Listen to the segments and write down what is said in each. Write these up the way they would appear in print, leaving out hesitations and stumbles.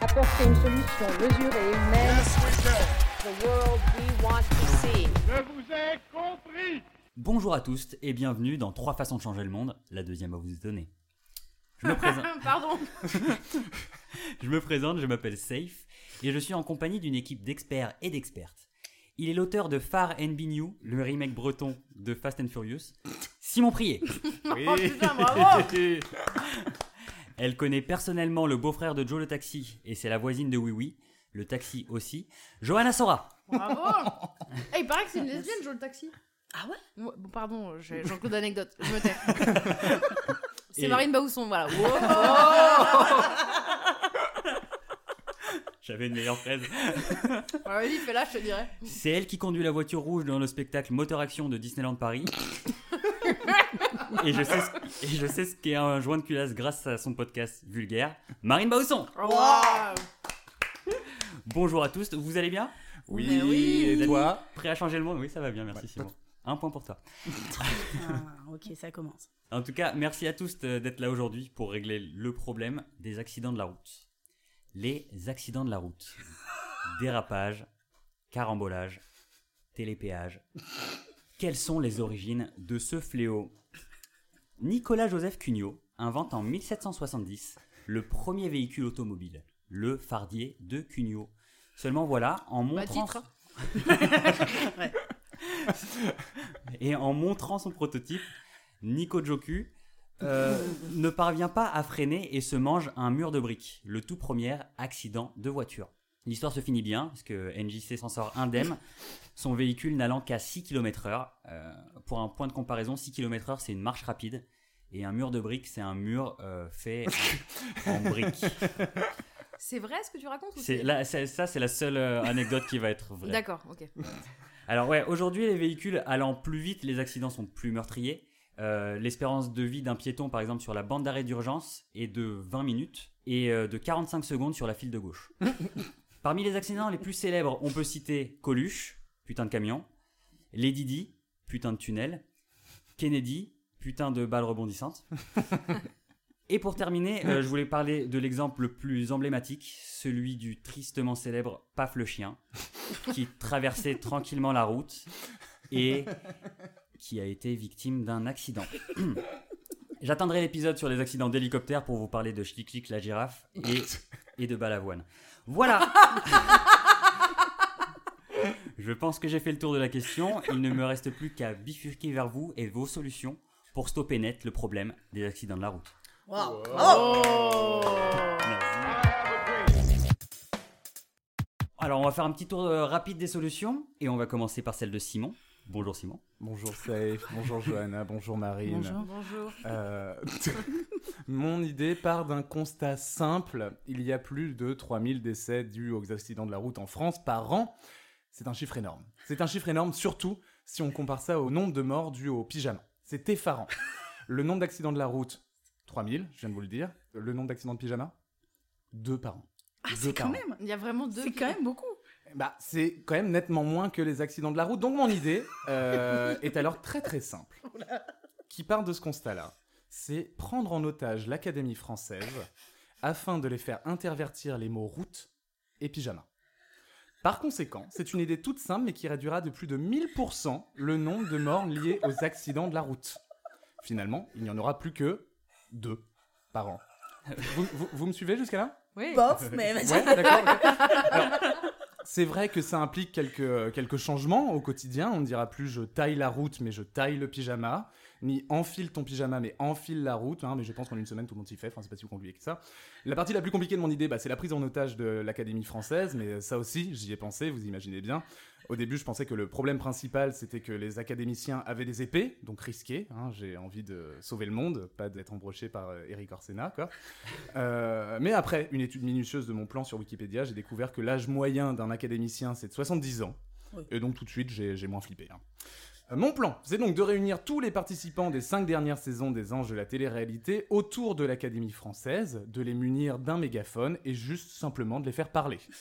apporter une solution mesurée, humaine. The world we want to see. Je vous ai compris. Bonjour à tous et bienvenue dans 3 façons de changer le monde, la deuxième va vous étonner. Je me présente, Pardon. je m'appelle Safe et je suis en compagnie d'une équipe d'experts et d'expertes. Il est l'auteur de Far and Be New, le remake breton de Fast and Furious, Simon Prier. Oui. Oh putain, bravo. Elle connaît personnellement le beau-frère de Joe le taxi et c'est la voisine de Oui Oui, le taxi aussi, Johanna Sora. Bravo. Il paraît que c'est une lesbienne, Joe le taxi. Ah ouais? Bon, pardon, j'ai un coup d'anecdote, je me tais. C'est Et- Marine Baousson, voilà. J'avais une meilleure fraise. Vas-y, fais-la, je te dirai. C'est elle qui conduit la voiture rouge dans le spectacle Moteur Action de Disneyland Paris. Et je sais ce qu'est un joint de culasse grâce à son podcast vulgaire, Marine Bausson. Wow. Bonjour à tous, vous allez bien? Oui, et toi? Prêt à changer le monde? Oui, ça va bien, merci Simon. Un point pour toi. Ok, ça commence. En tout cas, merci à tous d'être là aujourd'hui pour régler le problème des accidents de la route. Les accidents de la route. Dérapage, carambolage, télépéage. Quelles sont les origines de ce fléau? Nicolas-Joseph Cugnot invente en 1770 le premier véhicule automobile, le fardier de Cugnot. Seulement voilà, en montrant... titre. Ouais. Et en montrant son prototype, Nico Joku ne parvient pas à freiner et se mange un mur de briques. Le tout premier accident de voiture. L'histoire se finit bien, parce que NJC s'en sort indemne, son véhicule n'allant qu'à 6 km/h. Pour un point de comparaison, 6 km/h c'est une marche rapide, et un mur de briques c'est un mur fait en briques. C'est vrai ce que tu racontes ou Ça c'est la seule anecdote qui va être vraie. D'accord, ok. Alors ouais, aujourd'hui les véhicules allant plus vite, les accidents sont plus meurtriers. L'espérance de vie d'un piéton par exemple sur la bande d'arrêt d'urgence est de 20 minutes et de 45 secondes sur la file de gauche. Parmi les accidents les plus célèbres, on peut citer Coluche, putain de camion, Lady Di, putain de tunnel, Kennedy, putain de balle rebondissante. Et pour terminer, je voulais parler de l'exemple le plus emblématique, celui du tristement célèbre Paf le chien, qui traversait tranquillement la route et qui a été victime d'un accident. J'attendrai l'épisode sur les accidents d'hélicoptère pour vous parler de Schlick Schlick la girafe et de Balavoine. Voilà. Je pense que j'ai fait le tour de la question. Il ne me reste plus qu'à bifurquer vers vous et vos solutions pour stopper net le problème des accidents de la route. Wow. Alors, on va faire un petit tour rapide des solutions et on va commencer par celle de Simon. Bonjour Simon. Bonjour Safe, bonjour Johanna, bonjour Marine. Bonjour. Bonjour. Mon idée part d'un constat simple. Il y a plus de 3000 décès dus aux accidents de la route en France par an. C'est un chiffre énorme. C'est un chiffre énorme, surtout si on compare ça au nombre de morts dus au pyjama. C'est effarant. Le nombre d'accidents de la route, 3000, je viens de vous le dire. Le nombre d'accidents de pyjama, 2 par an. Ah, 2 c'est par quand an. même. Il y a vraiment deux. C'est quand même beaucoup. Bah, c'est quand même nettement moins que les accidents de la route. Donc mon idée est alors très très simple. Qui part de ce constat-là, c'est prendre en otage l'Académie française afin de les faire intervertir les mots route et pyjama. Par conséquent, c'est une idée toute simple mais qui réduira de plus de 1000% le nombre de morts liés aux accidents de la route. Finalement, il n'y en aura plus que 2 par an. Vous me suivez jusqu'à là ? Oui. Bof, mais vas-y. Ouais, d'accord. Ok. Alors, c'est vrai que ça implique quelques changements au quotidien. On ne dira plus je taille la route, mais je taille le pyjama. Ni enfile ton pyjama, mais enfile la route. Mais je pense qu'en une semaine, tout le monde s'y fait. Enfin, c'est pas si compliqué que ça. La partie la plus compliquée de mon idée, c'est la prise en otage de l'Académie française. Mais ça aussi, j'y ai pensé, vous imaginez bien. Au début, je pensais que le problème principal, c'était que les académiciens avaient des épées, donc risquées. J'ai envie de sauver le monde, pas d'être embroché par Eric Orsena, quoi. Mais après une étude minutieuse de mon plan sur Wikipédia, j'ai découvert que l'âge moyen d'un académicien, c'est de 70 ans. Oui. Et donc tout de suite, j'ai moins flippé. Mon plan, c'est donc de réunir tous les participants des 5 dernières saisons des Anges de la télé-réalité autour de l'Académie française, de les munir d'un mégaphone et juste simplement de les faire parler.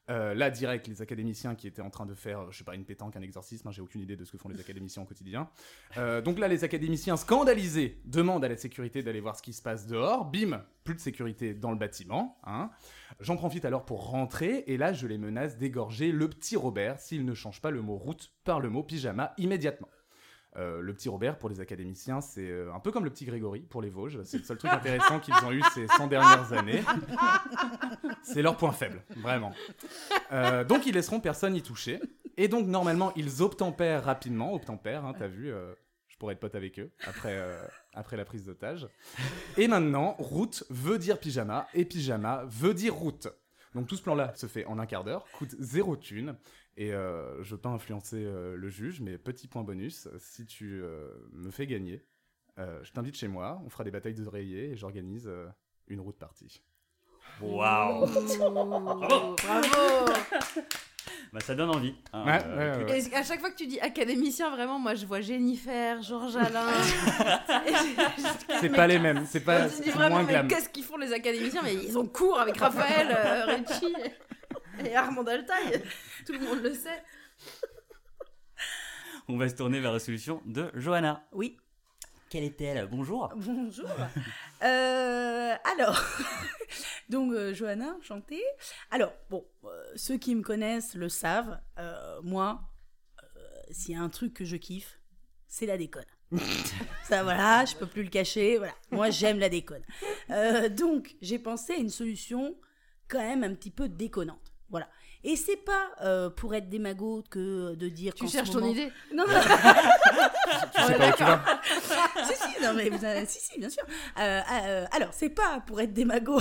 Là, direct, les académiciens qui étaient en train de faire, je sais pas, une pétanque, un exorcisme, j'ai aucune idée de ce que font les académiciens au quotidien. Donc là, les académiciens scandalisés demandent à la sécurité d'aller voir ce qui se passe dehors. Bim, plus de sécurité dans le bâtiment. Hein. J'en profite alors pour rentrer, et là, je les menace d'égorger le petit Robert s'il ne change pas le mot route par le mot pyjama immédiatement. Le petit Robert, pour les académiciens, c'est un peu comme le petit Grégory pour les Vosges. C'est le seul truc intéressant qu'ils ont eu ces 100 dernières années. C'est leur point faible, vraiment. Donc, ils laisseront personne y toucher. Et donc, normalement, ils obtempèrent rapidement. Obtempèrent, hein, t'as vu je pourrais être pote avec eux après la prise d'otage. Et maintenant, route veut dire pyjama, et pyjama veut dire route. Donc, tout ce plan-là se fait en un quart d'heure, coûte 0 thune. Et je veux pas influencer le juge, mais petit point bonus, si tu me fais gagner, je t'invite chez moi, on fera des batailles d'oreillers et j'organise une route partie. Waouh. Bravo. Bah, ça donne envie. Hein, Ouais. Et à chaque fois que tu dis académicien, vraiment, moi je vois Jennifer, Georges Alain. C'est pas les mêmes, c'est pas Je me dis c'est vraiment, moins mais glam. qu'est-ce qu'ils font les académiciens? Mais ils ont cours avec Raphaël, Richie et Armand Altaï. Tout le monde le sait. On va se tourner vers la solution de Johanna. Oui. Quelle est-elle? Bonjour. Bonjour. Alors, donc Johanna, enchantée. Alors, bon, ceux qui me connaissent le savent. Moi, s'il y a un truc que je kiffe, c'est la déconne. Ça, voilà, je peux plus le cacher. Voilà, moi, j'aime la déconne. Donc, j'ai pensé à une solution quand même un petit peu déconnante. Voilà. Et c'est pas pour être démago que de dire Tu cherches ton idée? Non, non. Tu sais pas où tu vas. si, non, mais si, bien sûr. Alors, c'est pas pour être démago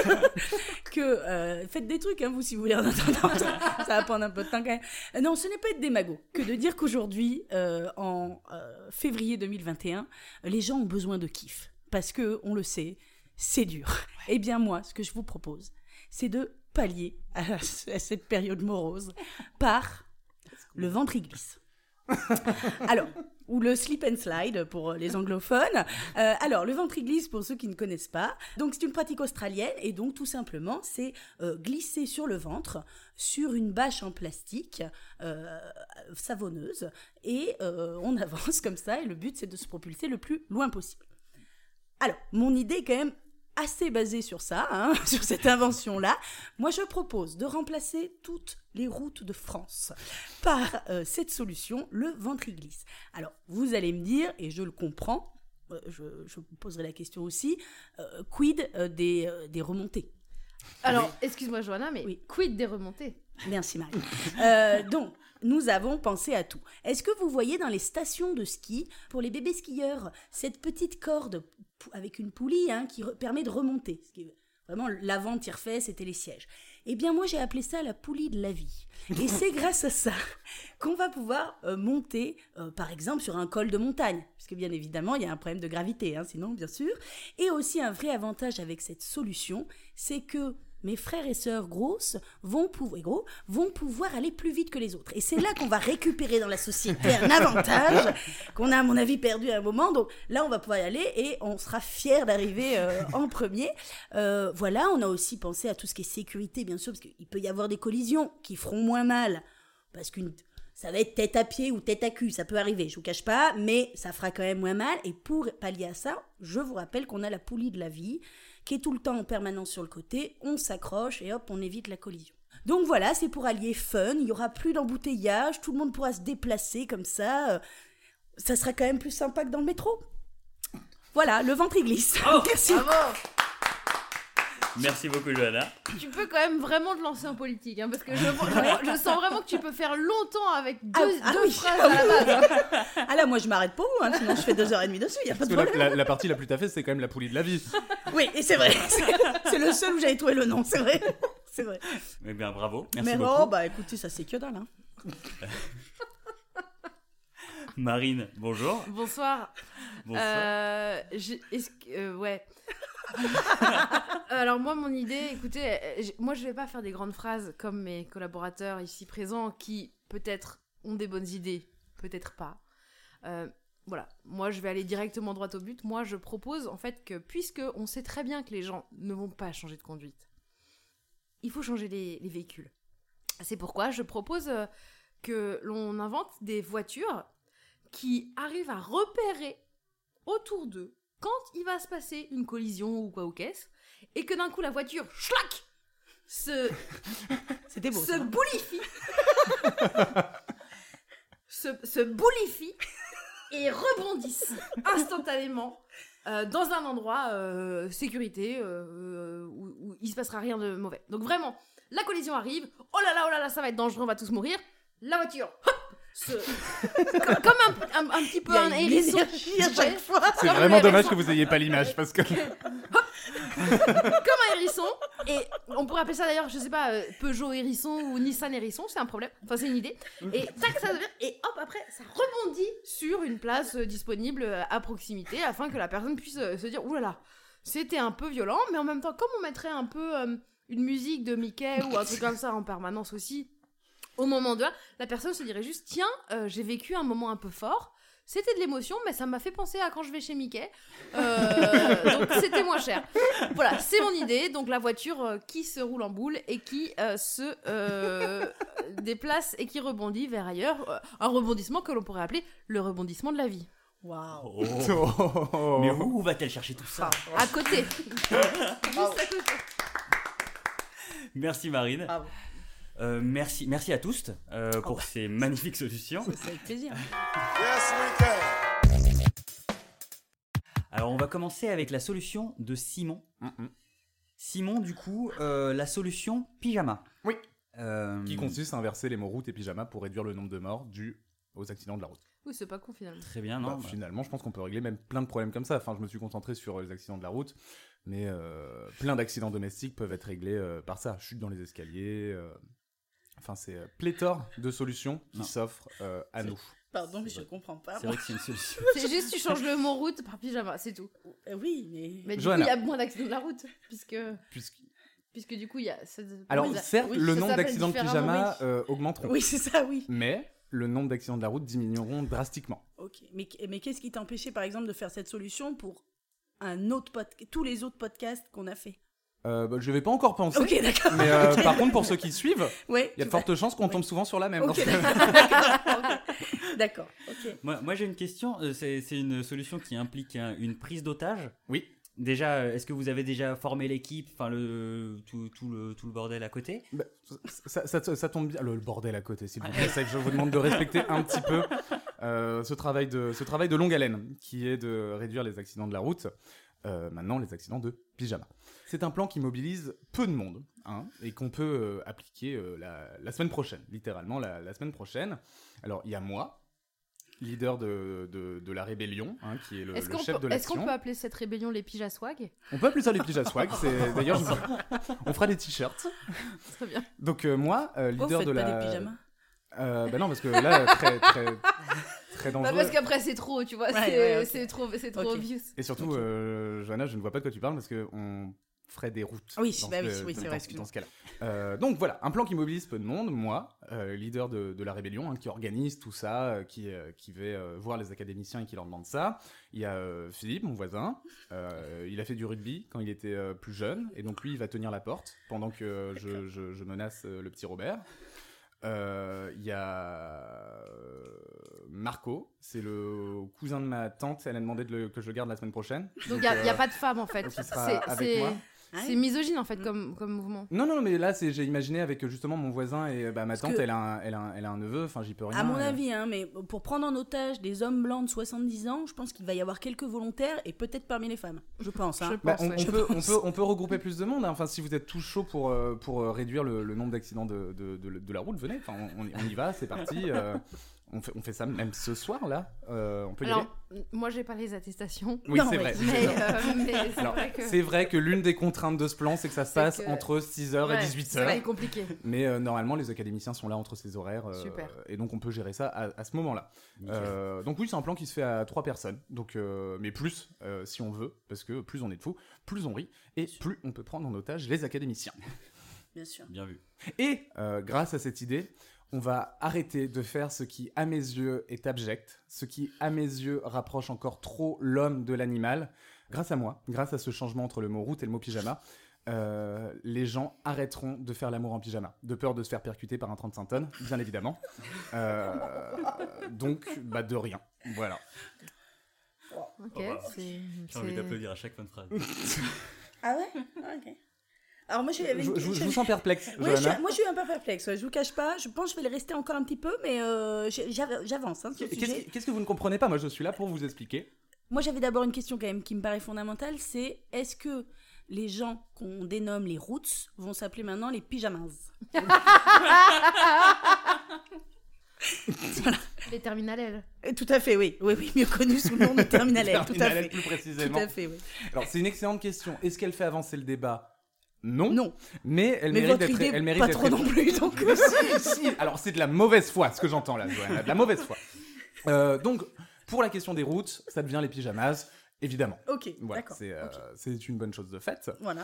que faites des trucs, hein, vous, si vous voulez, en attendant. Ça va prendre un peu de temps quand même. Non, ce n'est pas être démago que de dire qu'aujourd'hui, en février 2021, les gens ont besoin de kiff. Parce que, on le sait, c'est dur. Eh bien, moi, ce que je vous propose, c'est de pallier à cette période morose par le ventre-glisse. Alors, ou le slip and slide pour les anglophones. Alors, le ventre-glisse, pour ceux qui ne connaissent pas, donc c'est une pratique australienne et donc tout simplement, c'est glisser sur le ventre sur une bâche en plastique savonneuse et on avance comme ça et le but, c'est de se propulser le plus loin possible. Alors, mon idée est quand même assez basée sur ça, hein, sur cette invention-là. Moi, je propose de remplacer toutes les routes de France par cette solution, le ventre-glisse. Alors, vous allez me dire, et je le comprends, je vous poserai la question aussi, quid des remontées? Alors, excuse-moi Johanna, mais Oui. quid des remontées? Merci Marie. Donc, nous avons pensé à tout. Est-ce que vous voyez dans les stations de ski, pour les bébés skieurs, cette petite corde avec une poulie qui permet de remonter, ce qui est vraiment l'avant tire-fait, c'était les sièges. Eh bien, moi, j'ai appelé ça la poulie de la vie. Et c'est grâce à ça qu'on va pouvoir monter, par exemple, sur un col de montagne. Puisque, bien évidemment, il y a un problème de gravité, sinon, bien sûr. Et aussi, un vrai avantage avec cette solution, c'est que mes frères et sœurs grosses vont pouvoir aller plus vite que les autres. Et c'est là qu'on va récupérer dans la société un avantage qu'on a, à mon avis, perdu à un moment. Donc là, on va pouvoir y aller et on sera fiers d'arriver en premier. Voilà, on a aussi pensé à tout ce qui est sécurité, bien sûr, parce qu'il peut y avoir des collisions qui feront moins mal. Parce ça va être tête à pied ou tête à cul, ça peut arriver, je vous cache pas, mais ça fera quand même moins mal. Et pour pallier à ça, je vous rappelle qu'on a la poulie de la vie, qui est tout le temps en permanence sur le côté, on s'accroche et hop, on évite la collision. Donc voilà, c'est pour allier fun, il n'y aura plus d'embouteillage, tout le monde pourra se déplacer comme ça, ça sera quand même plus sympa que dans le métro. Voilà, le ventre-glisse. Oh, merci. Bravo. Merci beaucoup, Johanna. Tu peux quand même vraiment te lancer en politique, parce que je sens vraiment que tu peux faire longtemps avec deux oui. phrases à la base. Ah là, moi je m'arrête pour vous, sinon je fais 2h30 dessus, il n'y a pas Parce de que problème. la partie la plus taffée, c'est quand même la poulie de la vie. Oui, et c'est vrai, c'est le seul où j'avais trouvé le nom, c'est vrai. C'est vrai. Eh bien, bravo. Merci Mais beaucoup. bon, écoutez, ça c'est que dalle. Marine, bonjour. Bonsoir. Bonsoir. Ouais. Alors moi, mon idée, écoutez, moi je vais pas faire des grandes phrases comme mes collaborateurs ici présents qui peut-être ont des bonnes idées, peut-être pas. Voilà, moi je vais aller directement droit au but. Moi je propose en fait que, puisque on sait très bien que les gens ne vont pas changer de conduite, il faut changer les véhicules. C'est pourquoi je propose que l'on invente des voitures qui arrivent à repérer autour d'eux quand il va se passer une collision ou quoi ou qu'est-ce, et que d'un coup la voiture, schlac, C'était beau. se ça. boulifie, se boulifie et rebondisse instantanément dans un endroit sécurité où il se passera rien de mauvais. Donc vraiment, la collision arrive, oh là là, ça va être dangereux, on va tous mourir. La voiture, hop, comme un petit peu Il y a un une hérisson. énergie à chaque fois. C'est Comme vraiment le dommage hérisson. que vous ayez pas l'image parce que. Comme un hérisson, et on pourrait appeler ça d'ailleurs, je sais pas, Peugeot hérisson ou Nissan hérisson, c'est un problème, enfin c'est une idée, et tac, ça devient, et hop, après, ça rebondit sur une place disponible à proximité, afin que la personne puisse se dire, oulala, c'était un peu violent, mais en même temps, comme on mettrait un peu une musique de Mickey ou un truc comme ça en permanence aussi, au moment de là, la personne se dirait juste, tiens, j'ai vécu un moment un peu fort, c'était de l'émotion, mais ça m'a fait penser à quand je vais chez Mickey. Donc c'était moins cher. Voilà, c'est mon idée. Donc la voiture qui se roule en boule et qui se déplace et qui rebondit vers ailleurs. Un rebondissement que l'on pourrait appeler le rebondissement de la vie. Waouh. Oh. Mais où va-t-elle chercher tout ça? À côté. Juste à côté. Merci Marine. Bravo. Merci à tous pour ces magnifiques solutions. C'est avec plaisir. Yes, we can. Alors on va commencer avec la solution de Simon. Simon, du coup, la solution pyjama. Oui. Euh, Qui consiste à inverser les mots route et pyjama pour réduire le nombre de morts dus aux accidents de la route. Oui, c'est pas con finalement. Très bien, non bah, Finalement, je pense qu'on peut régler même plein de problèmes comme ça. Enfin, je me suis concentré sur les accidents de la route, mais plein d'accidents domestiques peuvent être réglés par ça. Chute dans les escaliers. Enfin, c'est pléthore de solutions qui Non. s'offrent à nous. Pardon, mais je comprends pas. c'est vrai que c'est une solution. C'est juste tu changes le mot route par pyjama, c'est tout. Oui, mais. Mais du Johanna. coup, il y a moins d'accidents de la route, puisque du coup, il y a... Alors, Oui, certes, oui, le ça nombre s'appelle d'accidents de différemment, pyjama oui. augmenteront. Oui, c'est ça, oui. Mais le nombre d'accidents de la route diminueront drastiquement. Ok. Mais qu'est-ce qui t'a empêché, par exemple, de faire cette solution pour un autre tous les autres podcasts qu'on a fait? Je vais pas encore penser. Ok, d'accord. Mais par contre, pour ceux qui suivent, Ouais. il y a de fortes chances qu'on tombe souvent sur la même. Ok, Donc, d'accord. Ok. Moi j'ai une question. C'est une solution qui implique une prise d'otage. Oui. Déjà, est-ce que vous avez déjà formé l'équipe, enfin tout le bordel à côté? Bah, ça tombe bien. Le bordel à côté, s'il vous plaît. C'est que je vous demande de respecter un petit peu ce travail de longue haleine qui est de réduire les accidents de la route. Maintenant, les accidents de pyjama. C'est un plan qui mobilise peu de monde et qu'on peut appliquer la semaine prochaine, littéralement la semaine prochaine. Alors, il y a moi, leader de la rébellion, qui est le chef de Est-ce l'action. qu'on peut appeler cette rébellion les pyjaswag? On peut appeler ça les pyjaswag. D'ailleurs, on fera des t-shirts. Très bien. Donc moi, Pourquoi leader vous de faites la... pas des pyjamas? Bah non, parce que là, très Bah, dangereux. parce qu'après c'est trop, tu vois, Ouais, ok. c'est trop Ok. obvious. Et surtout, Johanna, je ne vois pas de quoi tu parles parce qu'on ferait des routes. Oui, dans bah oui, ce- oui, c'est dans vrai, ce- dans ce cas-là. Donc voilà, un plan qui mobilise peu de monde. Moi, leader de la rébellion, qui organise tout ça, qui va voir les académiciens et qui leur demande ça. Il y a Philippe, mon voisin. Il a fait du rugby quand il était plus jeune. Et donc lui, il va tenir la porte pendant que je menace le petit Robert. Il y a Marco, c'est le cousin de ma tante. Elle a demandé que je le garde la semaine prochaine. Donc il y a pas de femme en fait. donc il sera C'est avec moi. c'est misogyne en fait comme mouvement. Non, mais là, j'ai imaginé avec justement mon voisin et ma tante, que- elle a un neveu, enfin, j'y peux rien. À mon et- avis, mais pour prendre en otage des hommes blancs de 70 ans, je pense qu'il va y avoir quelques volontaires et peut-être parmi les femmes. Je pense. Hein. Bah, pense, ouais. on peut regrouper plus de monde. Enfin, si vous êtes tous chauds pour réduire le nombre d'accidents de la route, venez. Enfin, on y va, c'est parti. On fait ça même ce soir là. On peut y aller. Alors moi j'ai pas les attestations. Oui, non, c'est ouais. vrai. Mais c'est Alors, vrai que c'est vrai que l'une des contraintes de ce plan, c'est que ça se passe que- entre 6h et Ouais, 18h. c'est compliqué. Mais normalement, les académiciens sont là entre ces horaires. Super. Et donc, on peut gérer ça à ce moment-là. Donc oui, c'est un plan qui se fait à 3 personnes. Donc, mais plus, si on veut, parce que plus on est de fous, plus on rit, et plus on peut prendre en otage les académiciens. Bien sûr. Bien vu. Et grâce à cette idée, on va arrêter de faire ce qui, à mes yeux, est abject, ce qui, à mes yeux, rapproche encore trop l'homme de l'animal. Grâce à moi, grâce à ce changement entre le mot route et le mot pyjama, les gens arrêteront de faire l'amour en pyjama, de peur de se faire percuter par un 35 tonnes, bien évidemment. Donc, de rien. Voilà. Ok, c'est. J'ai envie d'applaudir à chaque fin de phrase. Ah ouais? Ok. Alors moi, Je vous sens perplexe, Oui, Johanna. moi je suis un peu perplexe, ouais, je vous cache pas, je pense que je vais le rester encore un petit peu, mais j'avance sur le sujet. Qu'est-ce que vous ne comprenez pas? Moi, je suis là pour vous expliquer. Moi j'avais d'abord une question quand même qui me paraît fondamentale, c'est est-ce que les gens qu'on dénomme les roots vont s'appeler maintenant les pyjamas? Les terminales. Tout à fait, oui, mieux connu sous le nom de terminal L, tout à Terminal fait. plus précisément. Tout à fait, oui. Alors, c'est une excellente question. Est-ce qu'elle fait avancer le débat? Non. Non. Mais elle Mais mérite votre d'être... idée, Elle mérite pas d'être... trop non plus, donc... Si. Alors, c'est de la mauvaise foi, ce que j'entends là, Johanna. De la mauvaise foi. Donc, pour la question des routes, ça devient les pyjamas, évidemment. Ok, Voilà, d'accord. c'est une bonne chose de fait. Voilà.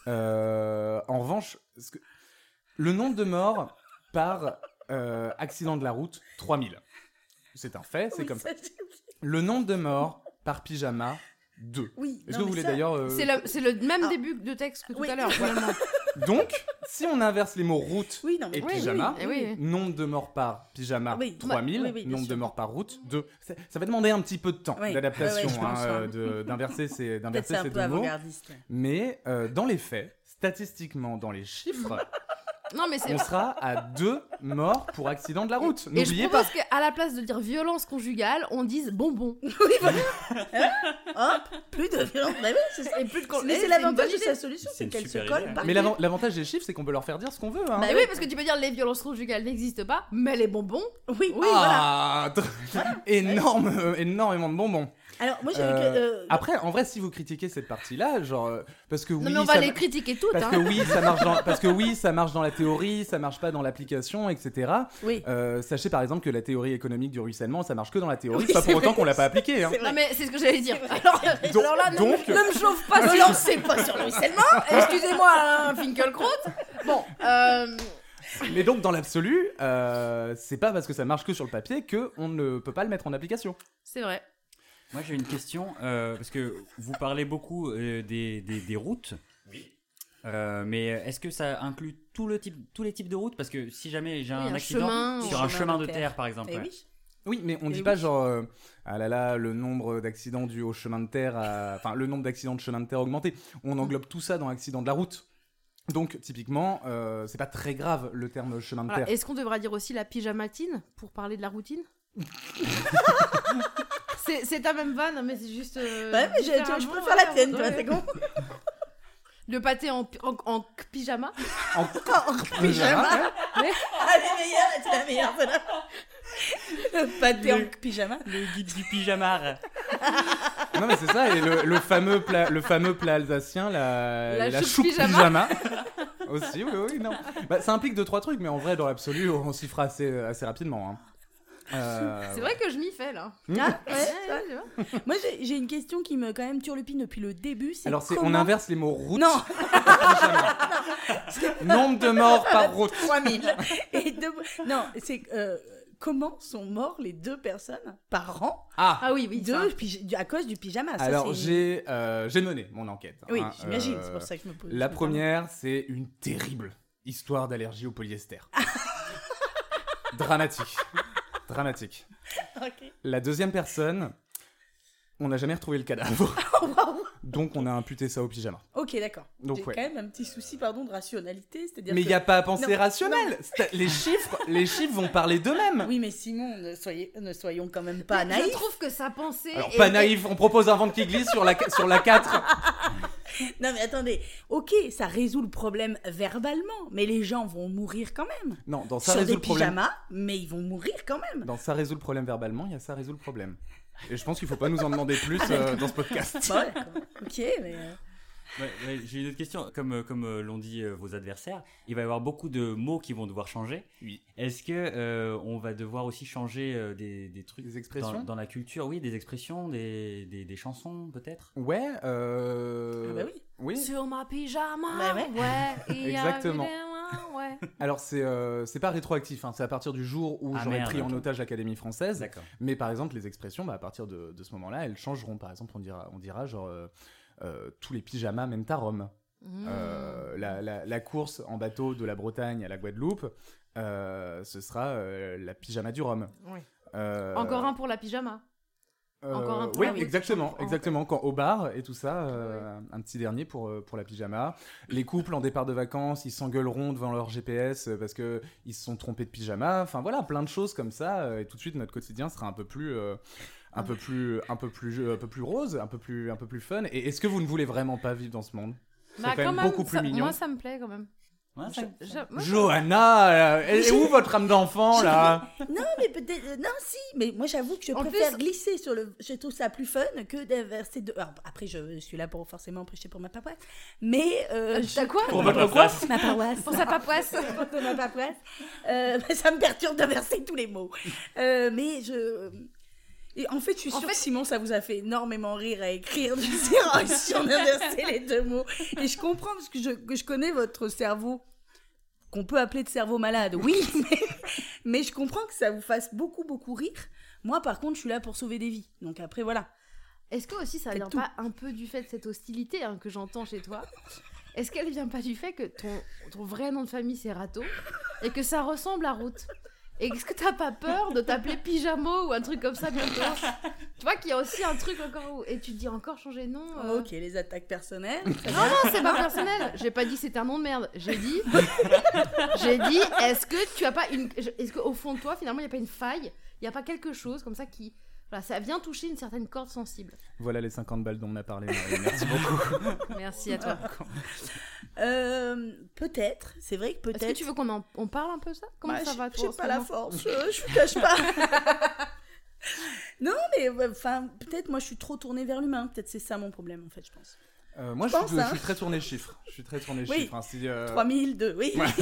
En revanche, le nombre de morts par accident de la route, 3000. C'est un fait, c'est Oui, comme ça. ça. Le nombre de morts par pyjama, 2. Oui. Est-ce non, que vous mais voulez ça- d'ailleurs... C'est le même Ah. début de texte que tout Oui. à l'heure, finalement. Donc, si on inverse les mots route Oui, non, mais... et Oui, pyjama, oui, oui. nombre de morts par pyjama, Oui, 3000, oui, bien nombre sûr. de morts par route, 2. Ça va demander un petit peu de temps Oui, d'adaptation, ouais, je pense, d'inverser ces, Peut-être c'est un ces peu deux mots. avant-gardiste. Ouais. Mais dans les faits, statistiquement, dans les chiffres, Non, mais c'est. on sera à 2 morts pour accident de la route. Et je N'oubliez pas. propose qu'à la place de dire violence conjugale, on dise bonbon. Oui, voilà. Hop, plus de violence. Bah oui, Et plus de con- mais Eh, c'est une l'avantage bonne de sa idée. solution, C'est c'est une qu'elle se super colle idée, hein. par Mais l'avantage des chiffres, c'est qu'on peut leur faire dire ce qu'on veut. Hein. Bah oui, parce que tu peux dire les violences conjugales n'existent pas, mais les bonbons. Oui, voilà. Ah, énormément de bonbons. Alors, moi, j'avais Après, en vrai, si vous critiquez cette partie-là, genre, parce que oui, Non, mais on va ça les ma- critiquer toutes. parce Hein. que oui, ça marche dans, parce que oui, ça marche dans la théorie, ça marche pas dans l'application, etc. Oui. Sachez par exemple que la théorie économique du ruissellement, ça marche que dans la théorie, Oui, c'est pas c'est pour autant vrai. qu'on l'a pas appliqué. Hein. C'est vrai. Non, mais c'est ce que j'allais dire. Alors là, donc- ne me chauffe pas Ne sur. lancez pas sur le ruissellement. Excusez-moi, hein, Finkelkraut. Bon, Mais donc dans l'absolu, c'est pas parce que ça marche que sur le papier que on ne peut pas le mettre en application. c'est vrai. Moi j'ai une question, parce que vous parlez beaucoup des routes. Oui. Mais est-ce que ça inclut tous les types de routes? Parce que si jamais j'ai Oui, un un accident chemin, sur ou un chemin de terre. terre par exemple. Eh ouais. oui. Oui, mais on Et dit oui. pas genre ah là là, le nombre d'accidents dus au chemin de terre, enfin le nombre d'accidents de chemin de terre a augmenté. On englobe tout ça dans accident de la route. Donc typiquement, c'est pas très grave le terme chemin de Voilà. terre. Est-ce qu'on devra dire aussi la pyjamatine pour parler de la routine? C'est ta même vanne, mais c'est juste. Ouais, mais je différemment, préfère la tienne, tu vois, ouais. c'est con. Le pâté en pyjama. En pyjama. ouais. Elle est meilleure, elle est la meilleure, celle-là. Le pâté en pyjama. Le guide du pyjama. Non mais c'est ça, et le fameux plat alsacien, la La choupe choupe pyjama. Aussi, oui, non. Bah, ça implique 2-3 trucs, mais en vrai, dans l'absolu, on s'y fera assez rapidement. Hein. C'est vrai que je m'y fais là. Ah, ouais, Ouais, tu vois. Moi, j'ai une question qui me quand même turlupine depuis le début. C'est Alors, on comment... inverse les mots route. Non, Nombre de morts par route. 3000. Et non, c'est comment sont morts les 2 personnes par an Ah oui, oui. ça. à cause du pyjama. Ça, Alors, c'est- j'ai mené mon enquête. Oui, hein. j'imagine, c'est pour ça que je me pose. La première, c'est une terrible histoire d'allergie au polyester. Dramatique. Dramatique. Ok. La deuxième personne, on n'a jamais retrouvé le cadavre. Donc on a imputé ça au pyjama. Ok, d'accord. Donc, J'ai ouais. quand même un petit souci, pardon, de rationalité, c'est-à-dire. Mais il que... n'y a pas à penser Non, rationnel. Les chiffres vont parler d'eux-mêmes. Oui, mais Simon, ne soyons quand même pas Je naïfs. trouve que sa pensée. Alors est- pas naïf, on propose un ventre qui glisse sur la 4. Non, mais attendez. Ok, ça résout le problème verbalement, mais les gens vont mourir quand même. Non, dans ça Sur résout des le problème. pyjamas, mais ils vont mourir quand même. Dans ça résout le problème verbalement, il y a ça résout le problème. Et je pense qu'il faut pas nous en demander plus dans ce podcast. Bon, d'accord. Ok, mais. Ouais, j'ai une autre question. Comme l'ont dit vos adversaires, il va y avoir beaucoup de mots qui vont devoir changer. Oui. Est-ce que on va devoir aussi changer des trucs Des expressions dans la culture? Oui, des expressions, des chansons peut-être. Ouais. Ah bah oui. Oui. Sur ma pyjama. Bah ouais. il y a Exactement. évidemment, ouais. Alors c'est pas rétroactif, hein. C'est à partir du jour où Ah, j'aurais merde, pris en ok. otage l'Académie française. D'accord. Mais par exemple les expressions, à partir de ce moment-là, elles changeront. Par exemple, on dira genre tous les pyjamas mènent à Rome. La course en bateau de la Bretagne à la Guadeloupe, ce sera la pyjama du Rhum. Oui. Encore un pour la pyjama. Encore un pour oui, la- exactement. Quand au bar et tout ça, un petit dernier pour la pyjama. Les couples en départ de vacances, ils s'engueuleront devant leur GPS parce que ils se sont trompés de pyjama. Enfin voilà, plein de choses comme ça. Et tout de suite, notre quotidien sera un peu plus rose, un peu plus fun. Et est-ce que vous ne voulez vraiment pas vivre dans ce monde? C'est Bah, quand même beaucoup plus mignon. Moi, ça me plaît quand même. Ouais, Moi, Johanna, et où votre âme d'enfant là? Non, mais peut-être. Non, si, mais moi j'avoue que je En préfère plus- glisser sur le. Je trouve ça plus fun que d'inverser de. Alors, après, je suis là pour forcément prêcher pour ma paroisse. Mais. T'as quoi Pour votre quoi? Ma paroisse. Pour sa papouesse. Pour ma paroisse. Ça me perturbe d'inverser tous les mots. Mais je. Et en fait, je suis sûre que Simon, ça vous a fait énormément rire à écrire. Si on inversait les deux mots. Et je comprends parce que je connais votre cerveau, qu'on peut appeler de cerveau malade. Oui, mais je comprends que ça vous fasse beaucoup, beaucoup rire. Moi, par contre, je suis là pour sauver des vies. Donc après, voilà. Est-ce que aussi ça Faites vient tout. pas un peu du fait de cette hostilité que j'entends chez toi? Est-ce qu'elle vient pas du fait que ton vrai nom de famille c'est Rato et que ça ressemble à Route? Et est-ce que t'as pas peur de t'appeler Pyjamo ou un truc comme ça bientôt? Tu vois qu'il y a aussi un truc encore où... Et tu te dis encore changer de nom Ok, les attaques personnelles. Non, c'est pas personnel. J'ai pas dit que c'était un nom de merde. J'ai dit, est-ce que tu as pas une... Est-ce qu'au fond de toi, finalement, il y a pas une faille? Il y a pas quelque chose comme ça qui... Voilà, ça vient toucher une certaine corde sensible. Voilà les 50 balles dont on a parlé, Marie. Merci beaucoup. Merci à toi. Peut-être, c'est vrai que peut-être. Est-ce que tu veux on parle un peu de ça? Comment ça va, toi, J'ai en ce pas la moment force, je vous cache pas. Non, mais enfin, peut-être moi je suis trop tournée vers l'humain. Peut-être c'est ça mon problème en fait, je pense. Moi, Je pense, je hein. suis très tourné chiffres. Je suis très tourné Oui. chiffres. Hein, 3002, oui. Ouais.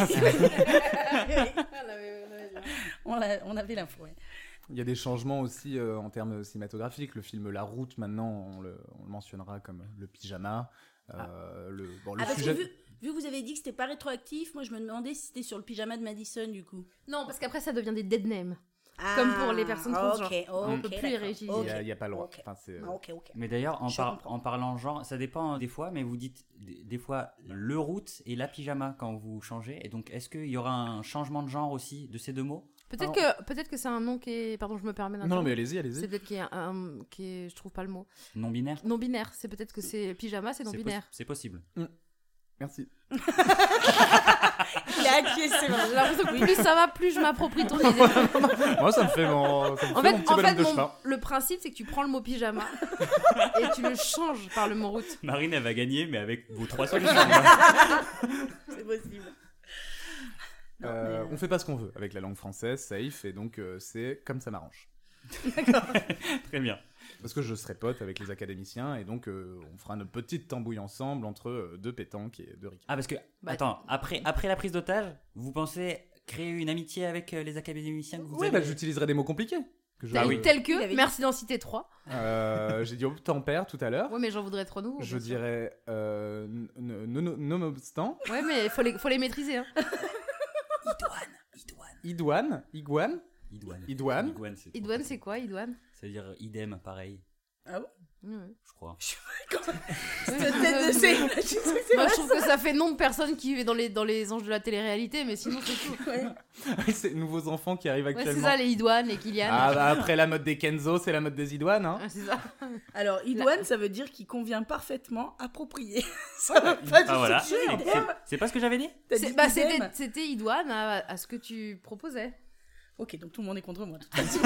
On avait l'info, ouais. Il y a des changements aussi en termes cinématographiques. Le film La Route, maintenant, on le mentionnera comme le pyjama. Le Parce sujet... que vu que vous avez dit que c'était pas rétroactif, moi je me demandais si c'était sur le pyjama de Madison du coup. Non, parce qu'après, ça devient des dead names. Comme pour les personnes transgenres. On peut plus les réutiliser. Il n'y a pas le droit. Ok. Enfin, c'est, Ok. Mais d'ailleurs, Je comprends. en parlant genre, ça dépend des fois, mais vous dites des fois le route et la pyjama quand vous changez. Et donc, est-ce qu'il y aura un changement de genre aussi de ces deux mots? Peut-être que c'est un nom qui est... Pardon, je me permets Non, d'interrompre. mais allez-y. C'est peut-être qui est... Je trouve pas le mot. Non-binaire? Non-binaire. C'est peut-être que c'est pyjama, c'est non-binaire. C'est possible. Merci. Il a acquiescé. J'ai l'impression que plus ça va, plus je m'approprie ton idée. Moi, ça me fait mon petit bonhomme de chemin. le principe, c'est que tu prends le mot pyjama et tu le changes par le mot route. Marine, elle va gagner, mais avec vos 3 solutions. C'est possible. On fait pas ce qu'on veut avec la langue française, safe, et donc c'est comme ça m'arrange. Très bien. Parce que je serai pote avec les académiciens, et donc on fera une petite tambouille ensemble entre deux pétanques et deux ricains. Ah, parce que, attends, après la prise d'otage, vous pensez créer une amitié avec les académiciens que vous Oui, allez... bah j'utiliserai des mots compliqués. Tel Il avait que, dit. merci d'en citer 3. J'ai dit obtempère tout à l'heure. Ouais, mais j'en voudrais trop nouveaux. Je dirais nonobstant. Ouais, mais faut les maîtriser. Hein. Iguane. Idoine. Idoine, c'est quoi, Idoine? Ça veut dire idem, pareil, Ah bon? je crois. Moi, je trouve que ça fait nom de personne qui vit dans les anges de la télé-réalité, mais sinon, c'est tout. C'est les nouveaux enfants qui arrivent Ouais, actuellement. c'est ça, les Idoine, les Kylian. Après la mode des Kenzo, c'est la mode des Idoines. Hein. Ah, c'est ça. Alors, idoine, ça veut dire qu'il convient parfaitement, approprié. Ça va pas du Ah voilà, tout dire. c'est pas ce que j'avais dit? T'as dit idem. C'était Idoine à ce que tu proposais. Ok, donc tout le monde est contre moi. De toute façon.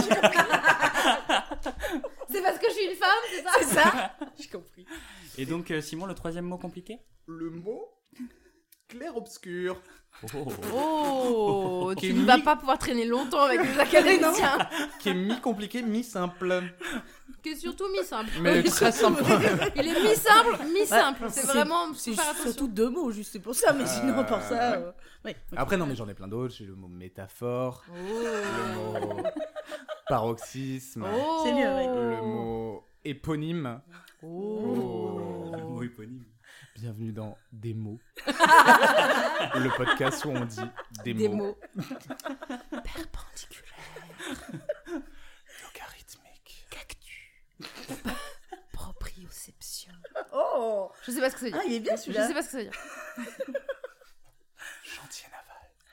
C'est parce que je suis une femme, c'est ça? C'est ça. J'ai compris. Et donc, Simon, le troisième mot compliqué? Le mot clair-obscur. Oh, Qui tu est ne vas mi- pas pouvoir traîner longtemps avec les académiciens. Qui est mi-compliqué, mi-simple. Qui est surtout mi-simple. Mais très simple. Il est mi-simple, mi-simple. Ouais, c'est vraiment... C'est faut faire attention. surtout 2 mots, juste c'est pour ça, mais sinon, par ça. Ouais. Après, non, mais j'en ai plein d'autres. J'ai le mot métaphore, Oh. le mot paroxysme, Oh. C'est mieux, ouais. le mot éponyme. Oh. Le mot éponyme. Bienvenue dans Des mots. Le podcast où on dit des mots. Perpendiculaire. Logarithmique. Proprioception. Oh, Je sais pas ce que ça veut dire. Ah, il est bien Je celui-là. sais pas ce que ça veut dire. Chantier naval.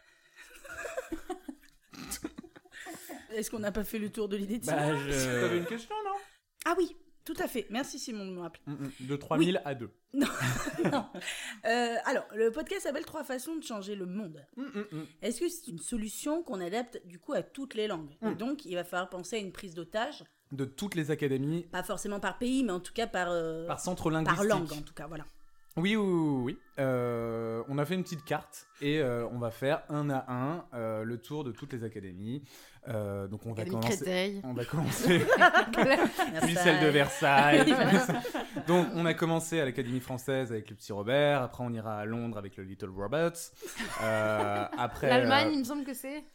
Est-ce qu'on n'a pas fait le tour de l'idée de ça? T'avais une question, non? Ah oui, tout à fait. Merci Simon de me rappeler. De 3000 à 2. Non. Alors, le podcast s'appelle 3 façons de changer le monde. Est-ce que c'est une solution qu'on adapte du coup à toutes les langues? Et donc, il va falloir penser à une prise d'otage, De toutes les académies, pas forcément par pays, mais en tout cas par centre linguistique. langue, en tout cas, voilà. Oui. On a fait une petite carte et on va faire un à un le tour de toutes les académies. Donc on va Académie commencer. Créteil. On va commencer. Puis celle de Versailles. Donc on a commencé à l'Académie française avec le petit Robert. Après on ira à Londres avec le Little Robert. Après. L'Allemagne, il me semble que c'est.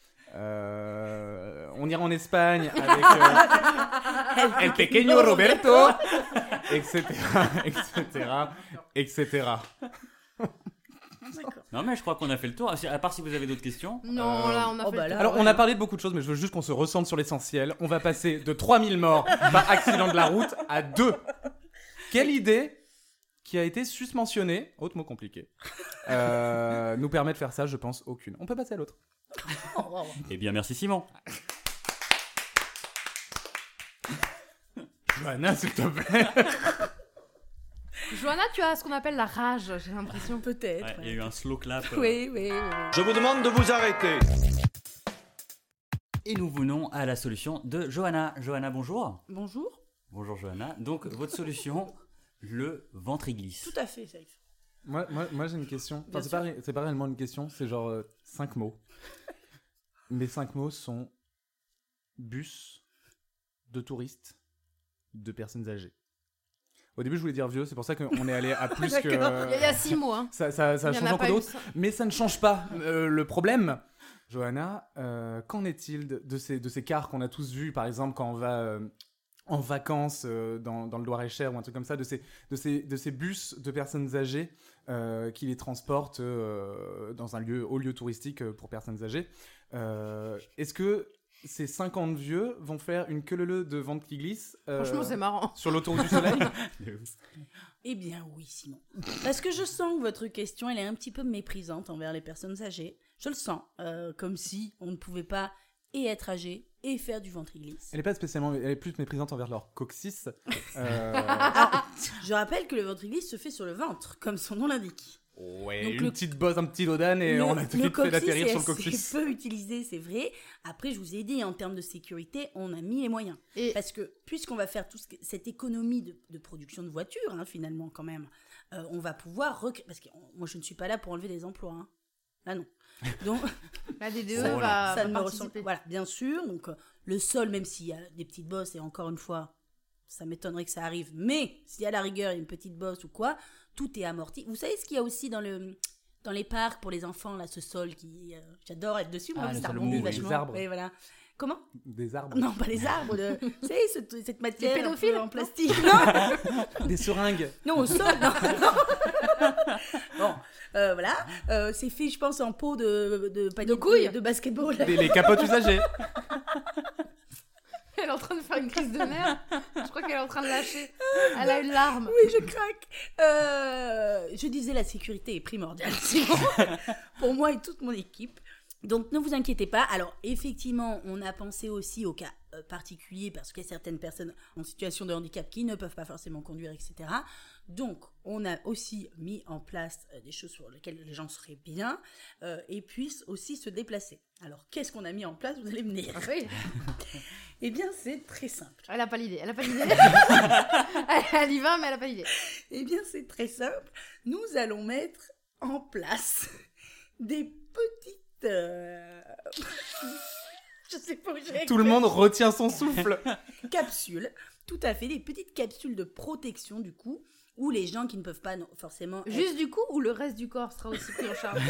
On ira en Espagne avec El Pequeño Roberto, etc. Non, mais je crois qu'on a fait le tour. À part si vous avez d'autres questions. Non, là, on a oh fait bah le là, tour. Alors, on a parlé de beaucoup de choses, mais je veux juste qu'on se recentre sur l'essentiel. On va passer de 3000 morts par accident de la route à 2. Quelle idée qui a été susmentionnée, autre mot compliqué, nous permet de faire ça? Je pense aucune. On peut passer à l'autre. Eh bien, merci Simon. Johanna, s'il te plaît. Johanna, tu as ce qu'on appelle la rage, j'ai l'impression. Peut-être. Ouais, il y a eu un slow clap. Oui. Je vous demande de vous arrêter. Et nous venons à la solution de Johanna. Johanna, bonjour. Bonjour. Bonjour Johanna. Donc, votre solution, le ventriglisse. Tout à fait, Saïf. Moi j'ai une question. Bien Enfin, c'est pas réellement une question, c'est genre 5 mots. Mes 5 mots sont bus, de touristes, de personnes âgées. Au début, je voulais dire vieux, c'est pour ça qu'on est allé à plus que. Il y a 6 mots, hein. Ça Il y change en a encore pas eu d'autres, ça. mais ça ne change pas le problème. Johanna, qu'en est-il de ces cars qu'on a tous vus, par exemple, quand on va en vacances dans le Loir-et-Cher ou un truc comme ça, de ces bus de personnes âgées qui les transportent dans au lieu touristique pour personnes âgées. Est-ce que ces 50 vieux vont faire une queue-leu de ventre qui glisse Franchement, c'est marrant. sur l'autoroute du soleil? Eh bien oui, Simon. Parce que je sens que votre question, elle est un petit peu méprisante envers les personnes âgées. Je le sens, comme si on ne pouvait pas et être âgé et faire du ventriglisse. Elle est plus méprisante envers leur coccyx. Je rappelle que le ventriglisse se fait sur le ventre, comme son nom l'indique. Ouais, Donc une petite bosse, un petit dodane et on a tout de suite fait l'atterrir sur le coccyx. C'est peu utilisé, c'est vrai. Après, je vous ai dit, en termes de sécurité, on a mis les moyens. Et Parce que, puisqu'on va faire cette économie de production de voitures, hein, finalement, quand même, on va pouvoir... Parce que moi, je ne suis pas là pour enlever des emplois. Hein. Là, non. Donc, la DDE Ça, va ça ne me participer. ressemble... Voilà, bien sûr. Donc, le sol, même s'il y a des petites bosses, et encore une fois, ça m'étonnerait que ça arrive, mais s'il y a la rigueur, une petite bosse ou quoi, tout est amorti. Vous savez ce qu'il y a aussi dans les parcs pour les enfants, là, ce sol qui... j'adore être dessus, moi, Ah, le ça sol rebondit mou, les vachement. arbres. Ouais, voilà. Comment? Des arbres. Non, pas les arbres. Vous savez, cette matière un pédophiles, peu en plastique. Non, Des seringues. non, au sol, non. Bon, voilà. C'est fait, je pense, en peau de panier couilles. de basketball. Les capotes usagées. Elle est en train de faire une crise de nerfs. Je crois qu'elle est en train de lâcher. Elle a une larme. Oui, je craque. Je disais, la sécurité est primordiale, Simon, pour moi et toute mon équipe. Donc, ne vous inquiétez pas. Alors, effectivement, on a pensé aussi au cas particulier parce qu'il y a certaines personnes en situation de handicap qui ne peuvent pas forcément conduire, etc. Donc, on a aussi mis en place des choses sur lesquelles les gens seraient bien et puissent aussi se déplacer. Alors, qu'est-ce qu'on a mis en place? Vous allez me dire. Oui. Eh bien, c'est très simple. Elle a pas l'idée. Elle y va, mais elle a pas l'idée. Eh bien, c'est très simple. Nous allons mettre en place des petites... Je sais pas où j'ai... Tout le monde retient son souffle. Capsules. Tout à fait, des petites capsules de protection, du coup, où les gens qui ne peuvent pas forcément... Juste du coup, ou le reste du corps sera aussi pris en charge?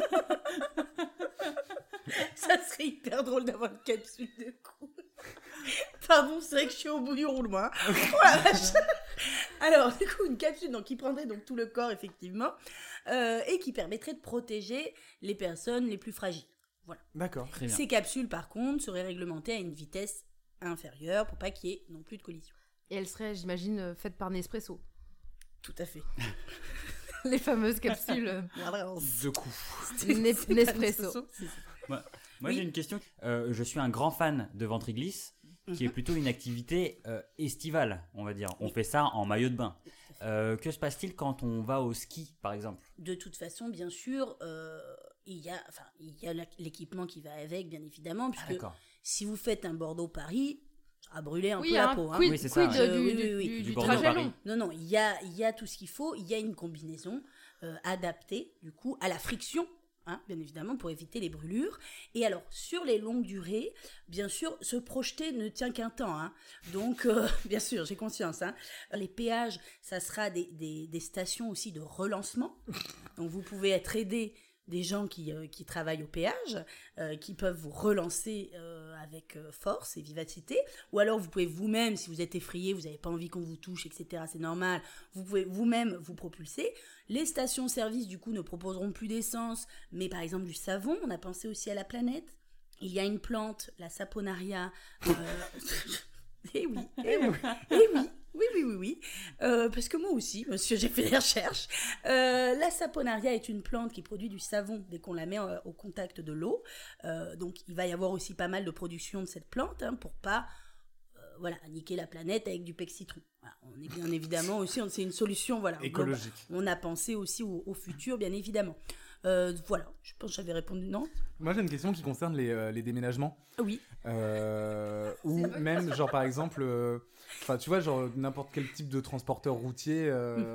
Ça serait hyper drôle d'avoir une capsule de cou. Pardon, c'est vrai que je suis au bout du roulement. Hein. Oh la vache. Alors, du coup, une capsule donc, qui prendrait donc tout le corps, effectivement, et qui permettrait de protéger les personnes les plus fragiles. Voilà. D'accord. Très bien. Ces capsules, par contre, seraient réglementées à une vitesse inférieure pour pas qu'il y ait non plus de collision. Et elle serait, j'imagine, faite par Nespresso. Tout à fait. Les fameuses capsules De coups. Nespresso. Moi, Oui. j'ai une question. Je suis un grand fan de ventriglisse, qui est plutôt une activité estivale, on va dire. On fait ça en maillot de bain. Que se passe-t-il quand on va au ski, par exemple? De toute façon, bien sûr, il y a l'équipement qui va avec, bien évidemment, Ah, puisque d'accord. si vous faites un Bordeaux-Paris, ça va brûler un Oui, peu la peau. Hein. quid, Oui, c'est ça, quid ouais. Oui. du Du Bordeaux trajet Paris. long. Non, il y a tout ce qu'il faut. Il y a une combinaison adaptée, du coup, à la friction, hein, bien évidemment, pour éviter les brûlures. Et alors, sur les longues durées, bien sûr, se projeter ne tient qu'un temps. Hein. Donc, bien sûr, j'ai conscience. Hein. Les péages, ça sera des stations aussi de relancement. Donc, vous pouvez être aidé des gens qui travaillent au péage, qui peuvent vous relancer avec force et vivacité, ou alors vous pouvez vous-même, si vous êtes effrayé, vous n'avez pas envie qu'on vous touche, etc., c'est normal, vous pouvez vous-même vous propulser. Les stations-service, du coup, ne proposeront plus d'essence, mais par exemple du savon, on a pensé aussi à la planète. Il y a une plante, la saponaria, Oui. Parce que moi aussi, monsieur, j'ai fait des recherches. La saponaria est une plante qui produit du savon dès qu'on la met au contact de l'eau. Donc, il va y avoir aussi pas mal de production de cette plante pour pas niquer la planète avec du pec citron. Voilà, on est bien évidemment aussi, c'est une solution Écologique. On a pensé aussi au futur, bien évidemment. Voilà, je pense que j'avais répondu non. Moi, j'ai une question qui concerne les déménagements. Oui. Ou même, genre, par exemple, tu vois, genre, n'importe quel type de transporteur routier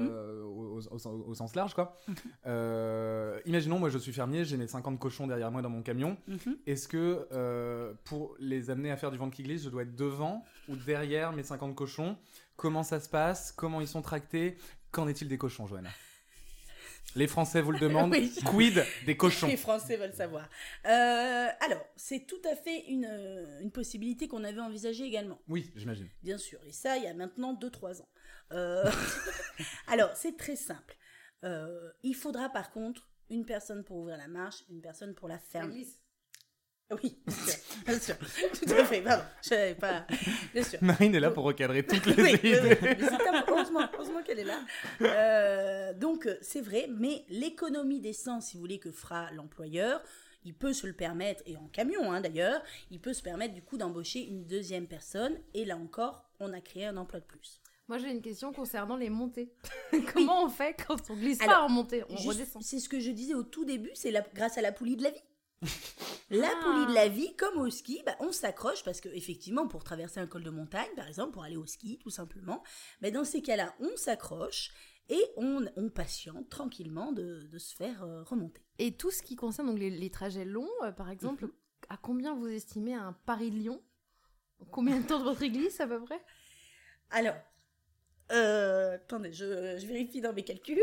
au sens large, quoi. Imaginons, moi, je suis fermier, j'ai mes 50 cochons derrière moi dans mon camion. Est-ce que, pour les amener à faire du ventre qui glisse, je dois être devant ou derrière mes 50 cochons? Comment ça se passe? Comment ils sont tractés? Qu'en est-il des cochons, Johanna? Les Français vous le demandent. Oui. Quid des cochons? Les Français veulent savoir. Alors, c'est tout à fait une possibilité qu'on avait envisagée également. Oui, j'imagine. Bien sûr. Et ça, il y a maintenant 2-3 ans. Alors, c'est très simple. Il faudra par contre une personne pour ouvrir la marche, une personne pour la fermer. Oui, bien sûr. Tout à fait, pardon. Je savais pas. Bien sûr. Marine est là pour recadrer toutes les Oui, idées. mais heureusement qu'elle est là. Donc, c'est vrai, mais l'économie d'essence, si vous voulez, que fera l'employeur, il peut se le permettre, et en camion d'ailleurs, il peut se permettre du coup d'embaucher une deuxième personne, et là encore, on a créé un emploi de plus. Moi, j'ai une question concernant les montées. Comment on fait quand on glisse pas Alors, en montée? On redescend. C'est ce que je disais au tout début, c'est grâce à la poulie de la vie. La poulie de la vie, comme au ski, on s'accroche parce que effectivement, pour traverser un col de montagne, par exemple, pour aller au ski, tout simplement, dans ces cas-là, on s'accroche et on patiente tranquillement de se faire remonter. Et tout ce qui concerne donc les trajets longs, par exemple, à combien vous estimez un Paris-Lyon? Combien de temps de votre église à peu près? Alors, attendez, je vérifie dans mes calculs.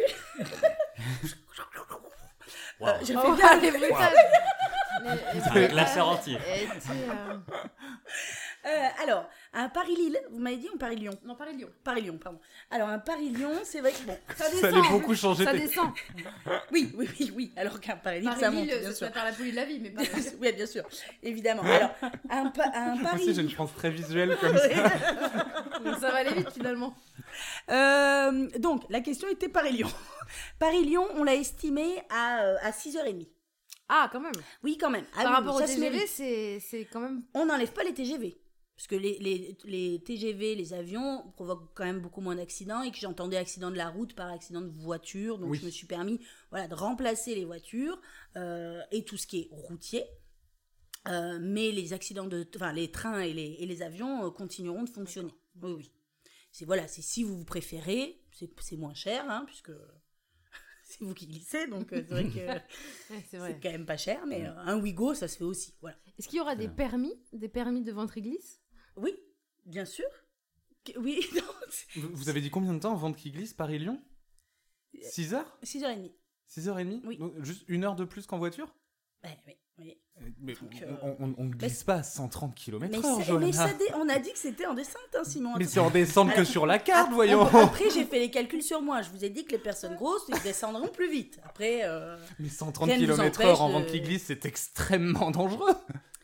Wow. Je fais bien les brutales. C'est un classeur entier. Alors, un Paris-Lille, vous m'avez dit, ou Paris-Lyon? Non, Paris-Lyon. Paris-Lyon, pardon. Alors, un Paris-Lyon, c'est vrai que bon. Ça Ça allait beaucoup changer. Ça descend. Oui. Alors qu'un Paris-Lille, ça monte, Paris-Lille, bien ça se sûr. fait par la poulie de la vie, mais pas... Oui, bien sûr, évidemment. Alors, un Moi aussi, j'ai une Paris-Lyon. France très visuelle comme ça. Donc ça va aller vite finalement. Donc, la question était Paris-Lyon. Paris-Lyon, on l'a estimé à 6h30. Ah, quand même. Oui, quand même. Ah Par oui, rapport au ça se TGV, mérite. c'est quand même... On n'enlève pas les TGV. Parce que les TGV, les avions, provoquent quand même beaucoup moins d'accidents. Et que j'entendais accident de la route par accident de voiture. Donc, Oui. je me suis permis de remplacer les voitures et tout ce qui est routier. Mais les accidents les trains et les avions continueront de fonctionner. Oui. C'est si vous préférez, c'est moins cher, puisque c'est vous qui glissez, donc c'est vrai que c'est vrai. c'est quand même pas cher, mais un Ouigo, ça se fait aussi. Voilà. Est-ce qu'il y aura des permis de ventre-glisse? Oui, bien sûr. Oui, non, Vous avez dit combien de temps vente qui glisse Paris-Lyon? 6 heures? 6h30. 6h30? Oui. Donc, juste 1 heure de plus qu'en voiture? Oui. Mais Donc, on ne glisse pas à 130 km/h, Mais Johanna. on a dit que c'était en descente, Simon. Mais c'est en descente que Alors, sur la carte, voyons. Après, j'ai fait les calculs sur moi. Je vous ai dit que les personnes grosses, ils descendront plus vite. Après, Mais 130 rien ne vous km/h empêche en de- vente qui glisse, c'est extrêmement dangereux.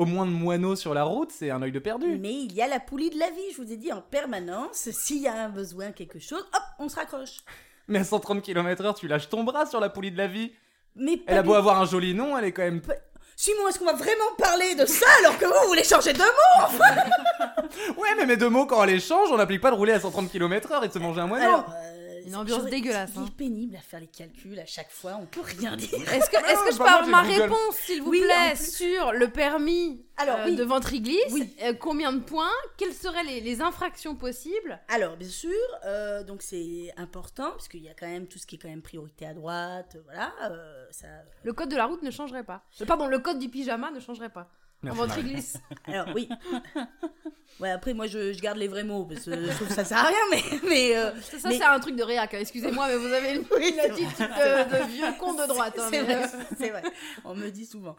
au moins de moineaux sur la route, c'est un œil de perdu. Mais il y a la poulie de la vie, je vous ai dit, en permanence. S'il y a un besoin, quelque chose, hop, on se raccroche. Mais à 130 km/h, tu lâches ton bras sur la poulie de la vie. Mais pas Elle a du beau avoir un joli nom, elle est quand même... Simon, est-ce qu'on va vraiment parler de ça alors que vous voulez changer de mot? Ouais, mais mes deux mots, quand on les change, on n'applique pas de rouler à 130 km/h et de se manger un moineau. Alors, Une ambiance dégueulasse, C'est hein. pénible à faire les calculs à chaque fois, on peut rien dire. Est-ce que je peux pas avoir moi, ma j'ai Google. réponse, s'il vous Oui, en plaît, plus. sur le permis Alors, oui. de ventriglisse? Oui. Combien de points? Quelles seraient les infractions possibles? Alors, bien sûr, donc c'est important, parce qu'il y a quand même tout ce qui est quand même priorité à droite, voilà, ça... Le code de la route ne changerait pas. Pardon, le code du pyjama ne changerait pas. En ventriglisse. Alors, oui. Ouais, après, moi, je garde les vrais mots, parce que je trouve que ça sert à rien, mais Ça, mais- c'est un truc de réac, hein. Excusez-moi, mais vous avez une attitude de vieux con de droite. Hein, c'est mais, vrai, c'est vrai, on me dit souvent.